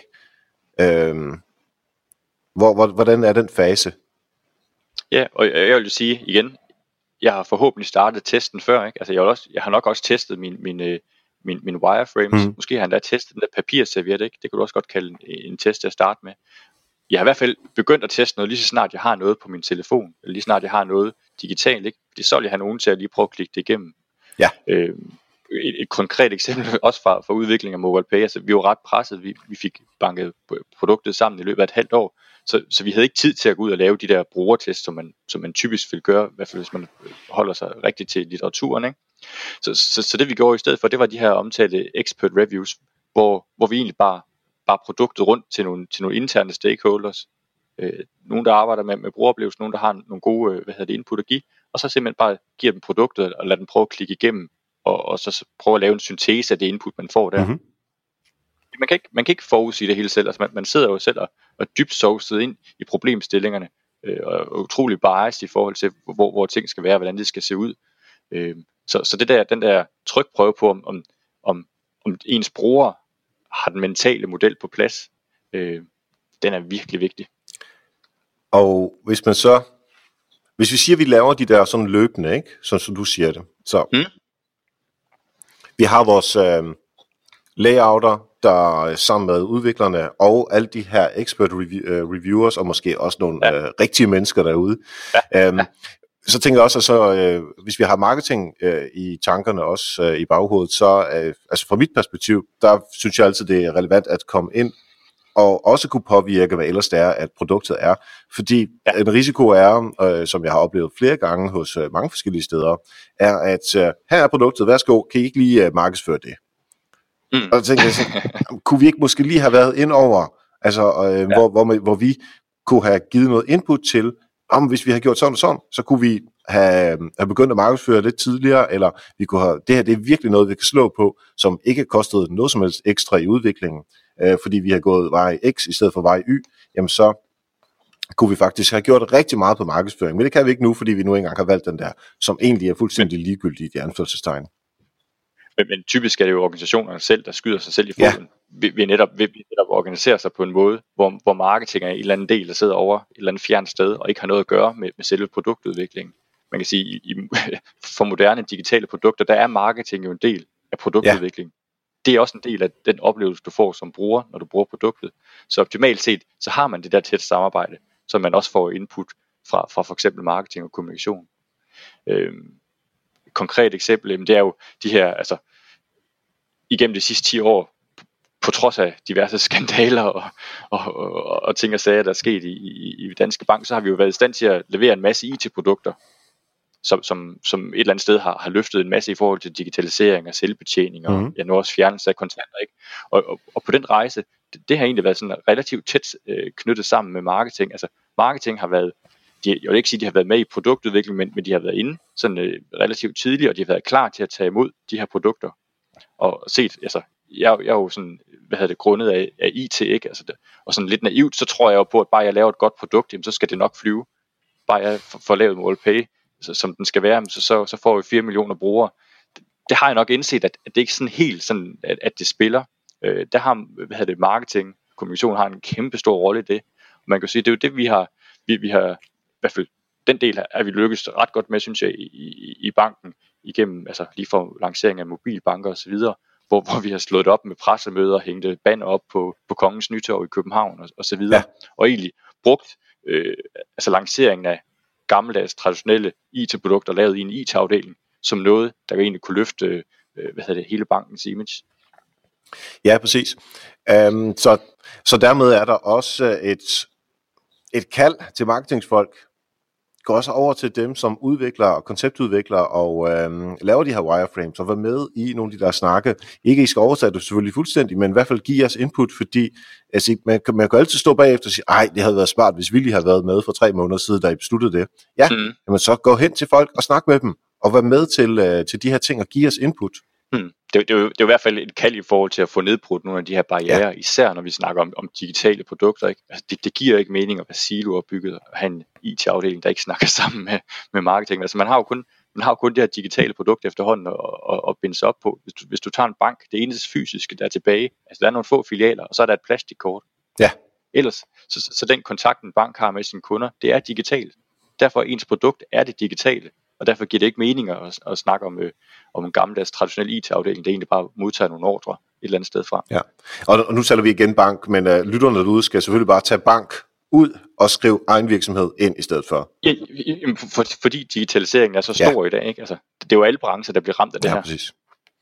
Speaker 3: Hvordan er den fase?
Speaker 1: Ja, og jeg vil sige igen, jeg har forhåbentlig startet testen før, ikke? Jeg har nok også testet min wireframes. Måske har jeg endda testet den der papirserviet, ikke? Det kan du også godt kalde en test til at starte med. Jeg har i hvert fald begyndt at teste noget, lige så snart jeg har noget på min telefon, eller lige snart jeg har noget digitalt, ikke? Fordi så vil jeg have nogen til at lige prøve at klikke det igennem. Ja. Et konkret eksempel også fra udvikling af MobilePay, vi var ret presset, vi fik banket produktet sammen i løbet af et halvt år, så vi havde ikke tid til at gå ud og lave de der brugertests, som man typisk vil gøre, i hvert fald hvis man holder sig rigtigt til litteraturen, ikke? Så det vi gjorde i stedet for, det var de her omtalte expert reviews, hvor vi egentlig bare produktet rundt til nogle interne stakeholders, nogen der arbejder med brugeroplevelsen, nogen der har nogle gode input at give, og så simpelthen bare giver dem produktet og lader dem prøve at klikke igennem, og så prøve at lave en syntese af det input, man får der. Man kan ikke forudsige det hele selv. Man sidder jo selv og dybt sovset ind i problemstillingerne, og utrolig biased i forhold til, hvor ting skal være, hvordan det skal se ud. Så den der trykprøve på, om ens bruger har den mentale model på plads, den er virkelig vigtig.
Speaker 3: Og hvis vi siger, at vi laver de der sådan løbende, ikke? Som du siger det, så vi har vores layouter, der sammen med udviklerne og alle de her expert reviewers, og måske også nogle rigtige mennesker derude. Så tænker jeg også, at hvis vi har marketing i tankerne også i baghovedet, så altså fra mit perspektiv, der synes jeg altid, det er relevant at komme ind og også kunne påvirke, hvad ellers det er, at produktet er. Fordi en risiko er, som jeg har oplevet flere gange hos mange forskellige steder, er, at her er produktet, værsgo, kan I ikke lige markedsføre det? Og så tænker jeg, kunne vi ikke måske lige have været ind over, altså, hvor vi kunne have givet noget input til, hvis vi har gjort sådan og sådan, så kunne vi have begyndt at markedsføre lidt tidligere, eller vi kunne have, det her det er virkelig noget, vi kan slå på, som ikke kostede noget som helst ekstra i udviklingen, fordi vi har gået vej X i stedet for vej Y, jamen så kunne vi faktisk have gjort rigtig meget på markedsføring, men det kan vi ikke nu, fordi vi nu engang har valgt den der, som egentlig er fuldstændig ligegyldig i de anførselstegn.
Speaker 1: Men typisk er det jo organisationerne selv, der skyder sig selv i foden. Ja. Vi netop organiserer sig på en måde, hvor marketing er en eller anden del, der sidder over et eller andet fjernt sted, og ikke har noget at gøre med selve produktudviklingen. Man kan sige, for moderne digitale produkter, der er marketing jo en del af produktudvikling. Ja. Det er også en del af den oplevelse, du får som bruger, når du bruger produktet. Så optimalt set, så har man det der tæt samarbejde, så man også får input fra for eksempel marketing og kommunikation. Et konkret eksempel, det er jo de her, altså igennem de sidste 10 år, på trods af diverse skandaler og ting og sager, der er sket i Danske Bank, så har vi jo været i stand til at levere en masse IT-produkter, som et eller andet sted har løftet en masse i forhold til digitalisering og selvbetjening og nu også fjernelse af kontanter, ikke? Og på den rejse, det har egentlig været sådan relativt tæt knyttet sammen med marketing. Altså marketing har været, jeg vil ikke sige, at de har været med i produktudvikling, men de har været inde sådan relativt tidligt, og de har været klar til at tage imod de her produkter. Og set, altså, jeg er jo sådan, grundet af IT, ikke? Altså, og sådan lidt naivt, så tror jeg jo på, at bare jeg laver et godt produkt, jamen, så skal det nok flyve. Bare jeg får lavet MobilePay, som den skal være, så får vi 4 millioner brugere. Det har jeg nok indset, at det ikke sådan helt sådan, at det spiller. Der har, marketing, kommunikation har en kæmpe stor rolle i det. Man kan sige, det er jo det, vi har i hvert fald den del er vi lykkes ret godt med, synes jeg, i banken, igennem, altså lige for lancering af mobilbanker og så videre, hvor vi har slået op med pressemøder, hængte banner op på Kongens Nytorv i København og så videre, og egentlig brugt altså lanceringen af gammeldags traditionelle IT-produkter lavet i en IT-afdeling, som noget, der egentlig kunne løfte hele bankens image.
Speaker 3: Ja, præcis. Så dermed er der også et kald til marketingsfolk. Gå også over til dem, som udvikler og konceptudvikler og laver de her wireframes, og være med i nogle af de der snakke. Ikke I skal overtage det selvfølgelig fuldstændig, men i hvert fald give jeres input, fordi altså, man kan altid stå bagefter og sige, ej, det havde været smart, hvis vi lige havde været med for 3 måneder siden, da I besluttede det. Ja, jamen så gå hen til folk og snak med dem, og være med til de her ting og give jeres input.
Speaker 1: Det er jo i hvert fald et kald i forhold til at få nedbrudt nogle af de her barrierer, især når vi snakker om digitale produkter, ikke? Altså det giver ikke mening at være siloopbygget og have en IT-afdeling, der ikke snakker sammen med marketing. Altså man har jo kun det her digitale produkt efterhånden at binde sig op på. Hvis du tager en bank, det eneste fysiske, der er tilbage, altså der er nogle få filialer, og så er der et plastikkort.
Speaker 3: Ja.
Speaker 1: Ellers, så den kontakt, en bank har med sine kunder, det er digitalt. Derfor ens produkt er det digitale. Og derfor giver det ikke mening at snakke om en gammeldags traditionel IT-afdeling, der egentlig bare modtager nogle ordre et eller andet sted fra.
Speaker 3: Ja, og nu taler vi igen bank, men lytterne derude skal selvfølgelig bare tage bank ud og skrive egen virksomhed ind i stedet for.
Speaker 1: Ja, fordi digitaliseringen er så stor i dag, ikke? Altså, det er jo alle brancher, der bliver ramt af det her.
Speaker 3: Ja, præcis.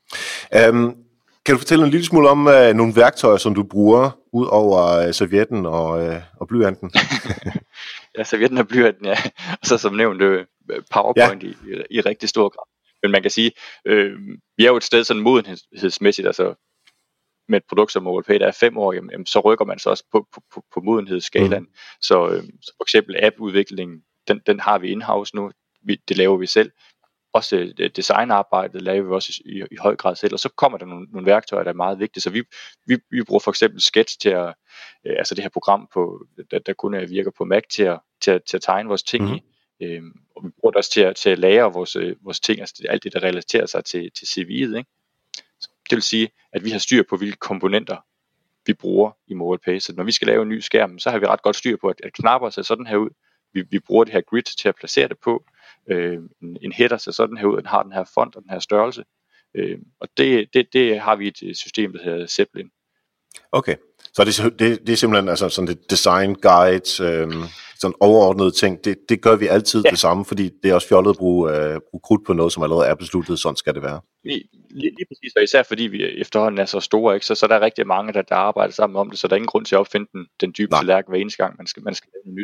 Speaker 3: Kan du fortælle en lille smule om nogle værktøjer, som du bruger, ud over servietten og blyanten?
Speaker 1: Ja, servietten og blyanten, ja. Og så som nævnt PowerPoint i rigtig stor grad. Men man kan sige, vi er jo et sted sådan modenhedsmæssigt, altså med et produkt som MobilePay, der er 5 år, jamen, så rykker man så også på modenhedsskalaen. Så for eksempel app-udviklingen, den har vi in-house nu, det laver vi selv. Også designarbejdet laver vi også i høj grad selv, og så kommer der nogle værktøjer, der er meget vigtige. Så vi bruger for eksempel Sketch til at, altså det her program, der kun virker på Mac, til at tegne vores ting i. Og vi bruger det også til at lære vores ting, altså alt det, der relaterer sig til CV'et, ikke? Det vil sige, at vi har styr på, hvilke komponenter vi bruger i MobilePay. Så når vi skal lave en ny skærm, så har vi ret godt styr på, at knapper ser sådan her ud. Vi bruger det her grid til at placere det på. En header ser sådan her ud, den har den her font og den her størrelse. Og det har vi et system, der hedder Zeppelin.
Speaker 3: Okay, så det er simpelthen altså sådan et design guide, sådan overordnede ting, det gør vi altid det samme, fordi det er også fjollet at bruge krudt på noget, som allerede er besluttet, sådan skal det være.
Speaker 1: Lige præcis, og især fordi vi efterhånden er så store, ikke? Så der er rigtig mange, der arbejder sammen om det, så der er ingen grund til at opfinde den dybe tallerken hver eneste gang, man skal lave noget nyt.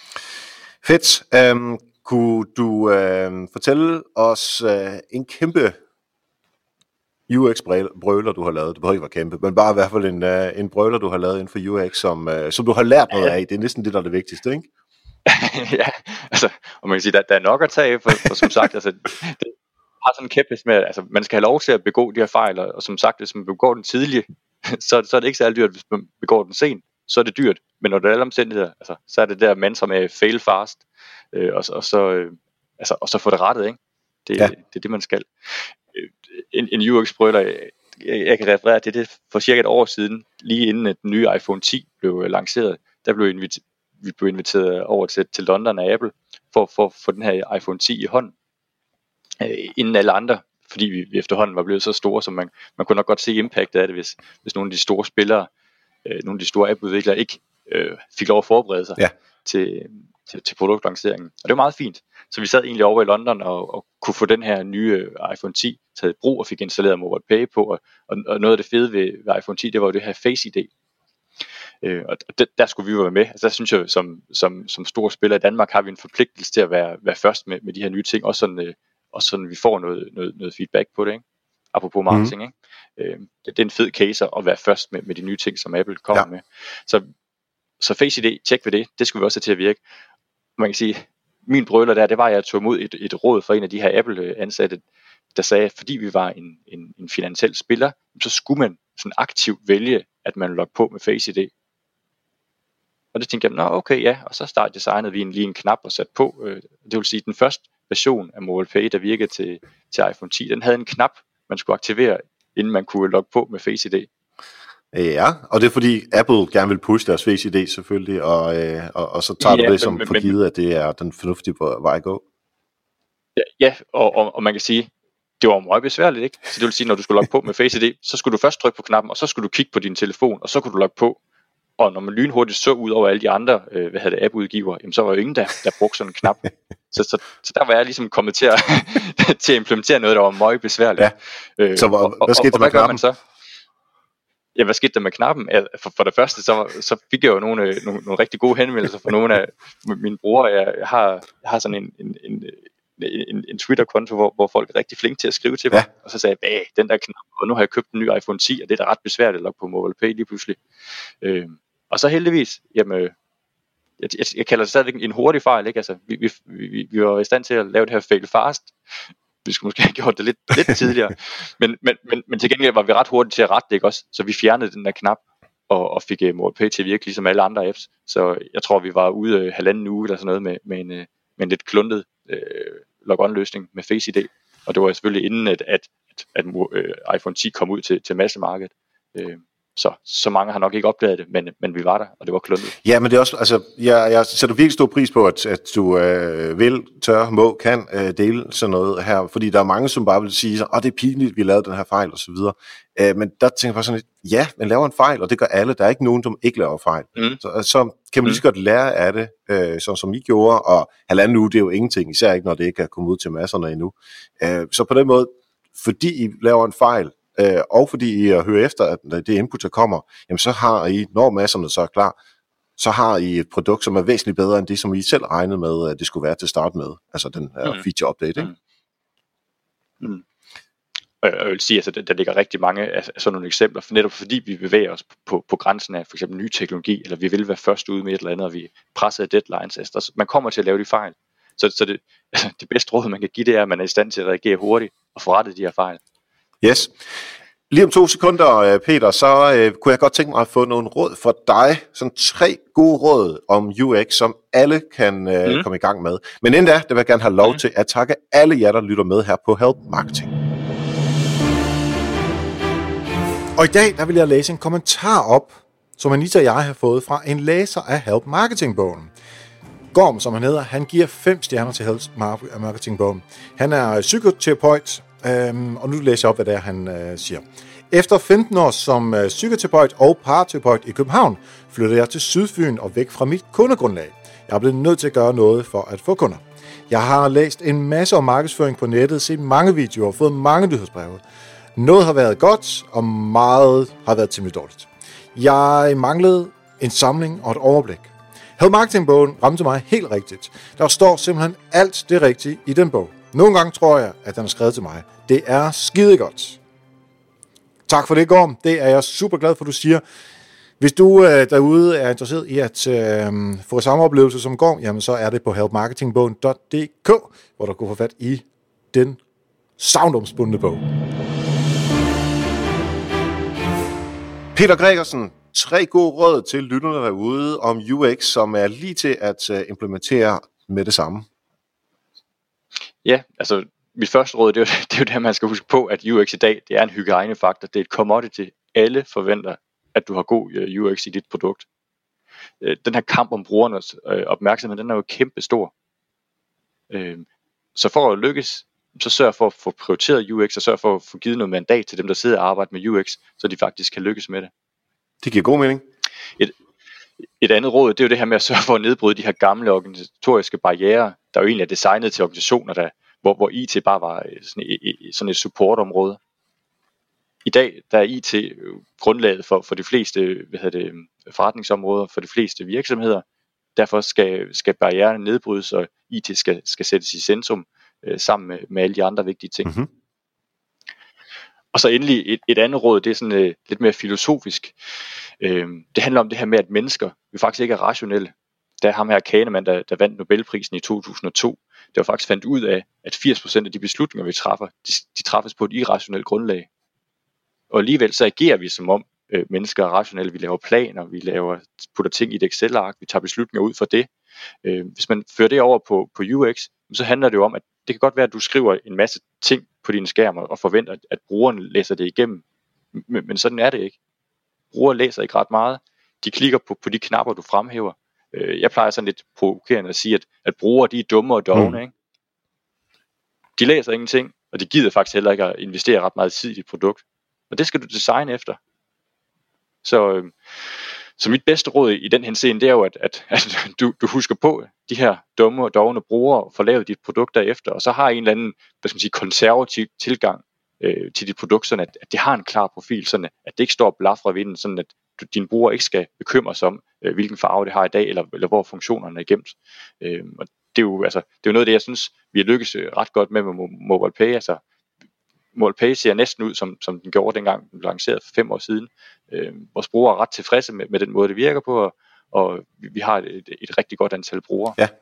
Speaker 3: Fedt. Kunne du fortælle os en kæmpe UX-brøler, du har lavet? Det behøver ikke være kæmpe, men bare i hvert fald en brøler, du har lavet inden for UX, som du har lært noget af. Det er næsten det, der er det vigtigste, ikke?
Speaker 1: Ja, altså, og man kan sige, der er nok at tage for som sagt, altså, det har sådan en kæphest med, altså, man skal have lov til at begå de her fejl, og som sagt, hvis man begår den tidligt, så er det ikke særlig dyrt, hvis man begår den sent, så er det dyrt, men når det er alle omstændigheder, altså, så er det der mantra med fail fast, og så få det rettet, ikke? Det er det, man skal. En UX-brøler, jeg kan referere til det for cirka et år siden, lige inden den nye iPhone 10 blev lanceret, der blev vi blev inviteret over til London af Apple, for at få den her iPhone 10 i hånden, inden alle andre, fordi vi efterhånden var blevet så store, så man kunne nok godt se impactet af det, hvis nogle af de store spillere, nogle af de store app-udviklere ikke fik lov at forberede sig til produktlanceringen. Og det var meget fint. Så vi sad egentlig over i London og kunne få den her nye iPhone 10 taget i brug og fik installeret Mobile Pay på. Og noget af det fede ved iPhone 10, det var jo det her Face ID. Og der skulle vi jo være med. Altså der synes jeg, som store spiller i Danmark, har vi en forpligtelse til at være først med de her nye ting. Også sådan vi får noget feedback på det, ikke? Apropos marketing, ikke? Det er en fed case at være først med de nye ting, som Apple kommer med. Så Face ID, tjek ved det. Det skulle vi også have til at virke. Man kan sige, min brøler det var, at jeg tog imod et råd fra en af de her Apple-ansatte, der sagde, at fordi vi var en finansiel spiller, så skulle man sådan aktivt vælge, at man logge på med Face ID. Og det tænkte jeg, okay, ja. Og så designede vi lige en knap og satte på. Det vil sige, den første version af Mobile Pay, der virkede til iPhone 10, den havde en knap, man skulle aktivere, inden man kunne logge på med Face ID.
Speaker 3: Ja, og det er fordi Apple gerne vil pushe deres Face ID selvfølgelig, og så tager du det som for givet, at det er den fornuftige vej at gå.
Speaker 1: Ja, og man kan sige, det var meget besværligt, ikke? Så det vil sige, når du skulle logge på med Face ID, så skulle du først trykke på knappen, og så skulle du kigge på din telefon, og så kunne du logge på. Og når man lynhurtigt så ud over alle de andre app-udgiver, jamen, så var jo ingen, der brugte sådan en knap. Så der var jeg ligesom kommet til at implementere noget, der var meget besværligt.
Speaker 3: Ja. Så hvad skete der med knappen?
Speaker 1: Så? Ja, hvad skete der med knappen? For det første, så fik jeg jo nogle rigtig gode henvendelser fra nogle af mine brugere. Jeg har sådan en Twitter-konto, hvor folk er rigtig flinke til at skrive til mig. Og så sagde jeg, den der knap, og nu har jeg købt en ny iPhone 10, og det er da ret besværligt at logge på Mobile Pay lige pludselig. Og så heldigvis, jamen, jeg kalder det stadigvæk en hurtig fejl, ikke? Altså, vi var i stand til at lave det her fail fast. Vi skulle måske have gjort det lidt tidligere, men til gengæld var vi ret hurtigt til at rette det, ikke også? Så vi fjernede den der knap og fik Mobile Pay til at virke ligesom alle andre apps. Så jeg tror, vi var ude 1,5 uge eller sådan noget med en lidt kluntet log-on-løsning med Face ID. Og det var selvfølgelig inden, at iPhone 10 kom ud til massemarkedet. Så mange har nok ikke opdaget det, men vi var der, og det var kluntet.
Speaker 3: Ja, men det er også, altså, jeg sætter virkelig stor pris på, at du vil, tør, må, kan dele sådan noget her, fordi der er mange, som bare vil sige, det er pinligt, vi lavede den her fejl, og så videre. Men der tænker jeg bare sådan lidt, ja, man laver en fejl, og det gør alle. Der er ikke nogen, som ikke laver fejl. Så kan man lige så godt lære af det, som I gjorde, og 1,5 uge, det er jo ingenting, især ikke, når det ikke er kommet ud til masserne endnu. Så på den måde, fordi I laver en fejl, og fordi I hører efter, at det input, der kommer, jamen så har I, når masserne så er klar, så har I et produkt, som er væsentligt bedre end det, som I selv regnede med, at det skulle være til start med. Altså den her feature update, ikke?
Speaker 1: Og jeg vil sige, at der ligger rigtig mange af sådan nogle eksempler, for netop fordi vi bevæger os på grænsen af for eksempel ny teknologi, eller vi vil være først ude med et eller andet, og vi presser deadlines. Altså, man kommer til at lave de fejl. Så det bedste råd, man kan give, det er, at man er i stand til at reagere hurtigt og få rettet de her fejl.
Speaker 3: Yes. Lige om 2 sekunder, Peter, så kunne jeg godt tænke mig at få nogle råd fra dig. Sådan 3 gode råd om UX, som alle kan komme i gang med. Men inden da, det vil jeg gerne have lov til at takke alle jer, der lytter med her på Help Marketing.
Speaker 2: Og i dag, der vil jeg læse en kommentar op, som Anita og jeg har fået fra en læser af Help Marketing-bogen. Gorm, som han hedder, han giver 5 stjerner til Help Marketing-bogen. Han er psykoterapeut, og nu læser jeg op, hvad det er, han siger. Efter 15 år som psykoterapeut og parterapeut i København, flyttede jeg til Sydfyn og væk fra mit kundegrundlag. Jeg er blevet nødt til at gøre noget for at få kunder. Jeg har læst en masse om markedsføring på nettet, set mange videoer og fået mange nyhedsbreve. Noget har været godt, og meget har været temmelig dårligt. Jeg manglede en samling og et overblik. Help Marketing-bogen ramte mig helt rigtigt. Der står simpelthen alt det rigtige i den bog. Nogle gange tror jeg, at den er skrevet til mig. Det er skidegodt. Tak for det, Gorm. Det er jeg super glad for, du siger. Hvis du derude er interesseret i at få samme oplevelse som går, jamen så er det på helpmarketingbogen.dk, hvor du kan få fat i den savnomsbundne bog.
Speaker 3: Peter Gregersen, 3 gode råd til lytterne derude om UX, som er lige til at implementere med det samme.
Speaker 1: Ja, altså mit første råd, det er jo det, man skal huske på, at UX i dag, det er en hygiejnefaktor. Det er et commodity. Alle forventer, at du har god UX i dit produkt. Den her kamp om brugernes opmærksomhed, den er jo kæmpe stor. Så for at lykkes, så sørg for at få prioriteret UX, og sørg for at få givet noget mandat til dem, der sidder og arbejder med UX, så de faktisk kan lykkes med det.
Speaker 3: Det giver god mening.
Speaker 1: Et andet råd, det er jo det her med at sørge for at nedbryde de her gamle organisatoriske barrierer, der jo egentlig er designet til organisationer, hvor IT bare var sådan et supportområde. I dag der er IT grundlaget for de fleste forretningsområder, for de fleste virksomheder. Derfor skal barriererne nedbrydes, og IT skal sættes i centrum sammen med alle de andre vigtige ting. Mm-hmm. Og så endelig et andet råd, det er sådan lidt mere filosofisk. Det handler om det her med, at mennesker jo faktisk ikke er rationelle. Der er ham her Kahneman, der vandt Nobelprisen i 2002. Det var faktisk fandt ud af, at 80% af de beslutninger, vi træffer, de træffes på et irrationelt grundlag. Og alligevel så agerer vi som om mennesker er rationelle. Vi laver planer, vi putter ting i et Excel-ark, vi tager beslutninger ud fra det. Hvis man fører det over på UX, så handler det jo om, at det kan godt være, at du skriver en masse ting på dine skærme og forventer, at brugeren læser det igennem. Men sådan er det ikke. Brugere læser ikke ret meget. De klikker på de knapper, du fremhæver. Jeg plejer sådan lidt provokerende at sige, at brugere, de er dumme og dovne. Ikke? De læser ingenting, og de gider faktisk heller ikke at investere ret meget tid i dit produkt. Og det skal du designe efter. Så mit bedste råd i den henseende, det er jo, at du husker på de her dumme og dovne brugere, og får lavet dit produkt derefter, og så har en eller anden, konservativ tilgang til dit produkt, sådan at det har en klar profil, sådan at det ikke står og blafrer ved den, sådan at dine brugere ikke skal bekymre sig om, hvilken farve det har i dag, eller hvor funktionerne er gemt. Og det er jo noget af det, jeg synes, vi har lykkes ret godt med MobilePay. Altså, MobilePay ser næsten ud, som den gjorde dengang, den blev lanceret for 5 år siden. Vores brugere er ret tilfredse med den måde, det virker på, og vi har et rigtig godt antal brugere.
Speaker 3: Ja.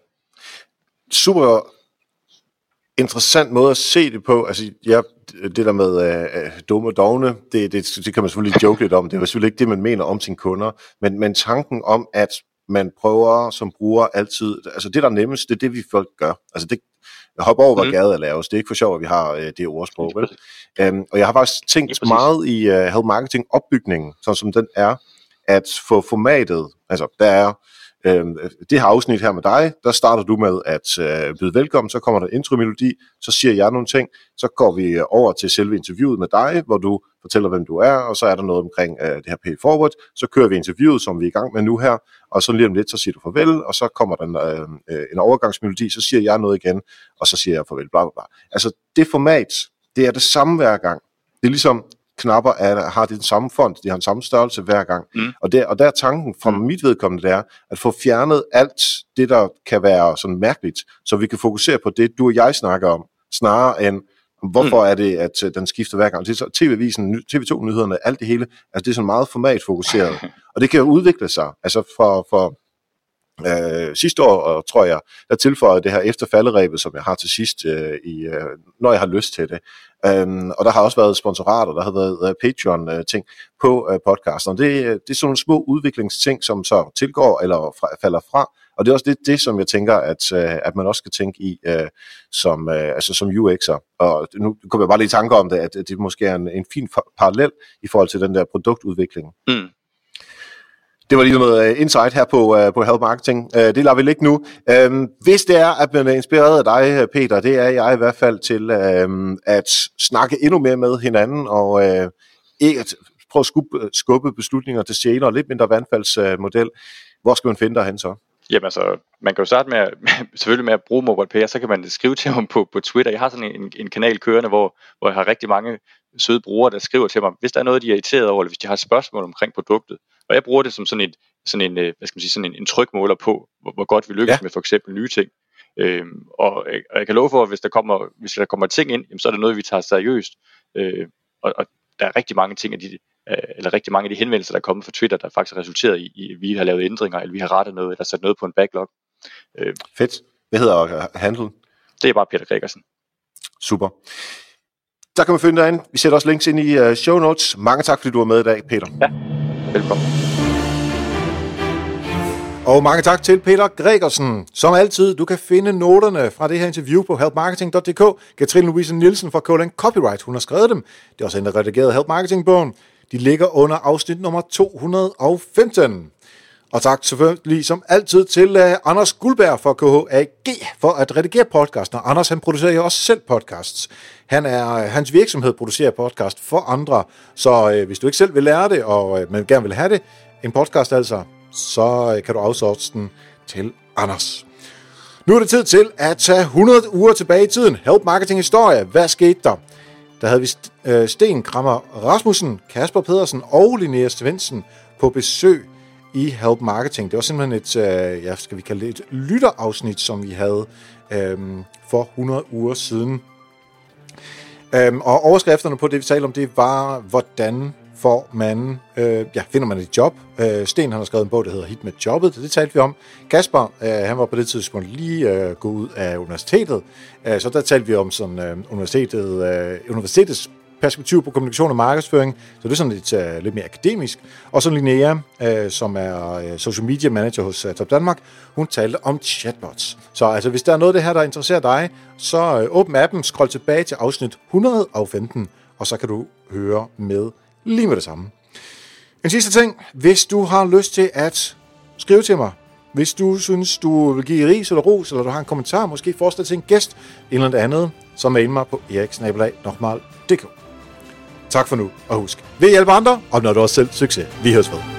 Speaker 3: Super interessant måde at se det på. Altså, det der med dumme og dovne, det kan man selvfølgelig joke lidt om. Det er selvfølgelig ikke det, man mener om sine kunder, men tanken om, at man prøver som bruger altid, altså det der er nemmest, det er det, vi folk gør. Altså det hop over, hvor gaden er laves. Det er ikke for sjovt, at vi har det ordsprog. Vel? Og jeg har faktisk tænkt meget i Help Marketing opbygningen, sådan som den er, at få formatet, altså der er det her afsnit her med dig, der starter du med at byde velkommen, så kommer der intromelodi, så siger jeg nogle ting, så går vi over til selve interviewet med dig, hvor du fortæller, hvem du er, og så er der noget omkring det her pay forward, så kører vi interviewet, som vi er i gang med nu her, og så lige om lidt, så siger du farvel, og så kommer der en overgangsmelodi, så siger jeg noget igen, og så siger jeg farvel, bla bla bla. Altså det format, det er det samme hver gang. Det er ligesom knapper har den samme font, de har den samme størrelse hver gang. Og der er tanken fra mit vedkommende, det er at få fjernet alt det, der kan være sådan mærkeligt, så vi kan fokusere på det, du og jeg snakker om, snarere end hvorfor er det, at den skifter hver gang. Det er TV-avisen, TV2-nyhederne, alt det hele, altså det er sådan meget formatfokuseret. Og det kan udvikle sig. Altså for sidste år, tror jeg, der tilføjede det her efter falderebet, som jeg har til sidst, når jeg har lyst til det. Og der har også været sponsorater, der har været Patreon-ting på podcasten. Og det er sådan nogle små udviklingsting, som så tilgår eller falder fra. Og det er også det som jeg tænker, at man også skal tænke i som UX'er. Og nu kommer jeg bare lige i tanke om det, at det måske er en fin parallel i forhold til den der produktudvikling. Det var lige noget insight her på Help Marketing. Det lader vi ligge nu. Hvis det er, at man er inspireret af dig, Peter, det er jeg i hvert fald til at snakke endnu mere med hinanden, og ikke at prøve at skubbe beslutninger til senere, lidt mindre vandfaldsmodel. Hvor skal man finde dig hen så?
Speaker 1: Jamen altså, man kan jo starte selvfølgelig med at bruge MobilePay, så kan man skrive til ham på Twitter. Jeg har sådan en kanal kørende, hvor jeg har rigtig mange søde brugere, der skriver til mig, hvis der er noget, de er irriteret over, eller hvis de har et spørgsmål omkring produktet. Og jeg bruger det som sådan en trykmåler på, hvor godt vi lykkes med for eksempel nye ting. Og jeg kan love for, at hvis der kommer ting ind, så er det noget, vi tager seriøst. Og der er rigtig mange ting eller rigtig mange af de henvendelser, der er kommet fra Twitter, der faktisk har resulteret i, at vi har lavet ændringer, eller vi har rettet noget, eller sat noget på en backlog.
Speaker 3: Fedt. Hvad hedder handlen?
Speaker 1: Det er bare Peter Gregersen.
Speaker 3: Super. Der kan man finde dig ind. Vi sætter også links ind i show notes. Mange tak, fordi du var med i dag, Peter.
Speaker 1: Ja, velkommen.
Speaker 2: Og mange tak til Peter Gregersen. Som altid, du kan finde noterne fra det her interview på helpmarketing.dk. Katrine Louise Nielsen fra KLN Copyright, hun har skrevet dem. Det er også hende, der redigerede Help Marketing-bogen. De ligger under afsnit nummer 215. Og tak selvfølgelig som altid til Anders Guldberg fra KHAG for at redigere podcasten. Og Anders, han producerer jo også selv podcasts. Hans virksomhed producerer podcast for andre. Så hvis du ikke selv vil lære det, men gerne vil have det, en podcast altså, så kan du outsource den til Anders. Nu er det tid til at tage 100 uger tilbage i tiden. Help Marketing Historie. Hvad skete der? Der havde vi Sten Krammer Rasmussen, Kasper Pedersen og Linnea Svendsen på besøg i Help Marketing. Det var simpelthen et, skal vi kalde det et lytterafsnit, som vi havde for 100 uger siden. Og overskrifterne på det, vi talte om, det var, hvordan finder man et job. Sten, han har skrevet en bog, der hedder Hit med jobbet. Det talte vi om. Kasper, han var på det tidspunkt lige gået ud af universitetet. Så der talte vi om sådan universitetets perspektiv på kommunikation og markedsføring. Så det er sådan lidt mere akademisk. Og så Linnea, som er social media manager hos Top Danmark, hun talte om chatbots. Så altså, hvis der er noget af det her, der interesserer dig, så åbn appen, scroll tilbage til afsnit 115, og så kan du høre med lige med det samme. En sidste ting, hvis du har lyst til at skrive til mig, hvis du synes, du vil give ris eller ros, eller du har en kommentar, måske forslag til en gæst, eller andet, så mail mig på eriksnabelag.dk. Tak for nu, og husk, vi hjælper andre, opnår du også selv succes. Vi høres ved.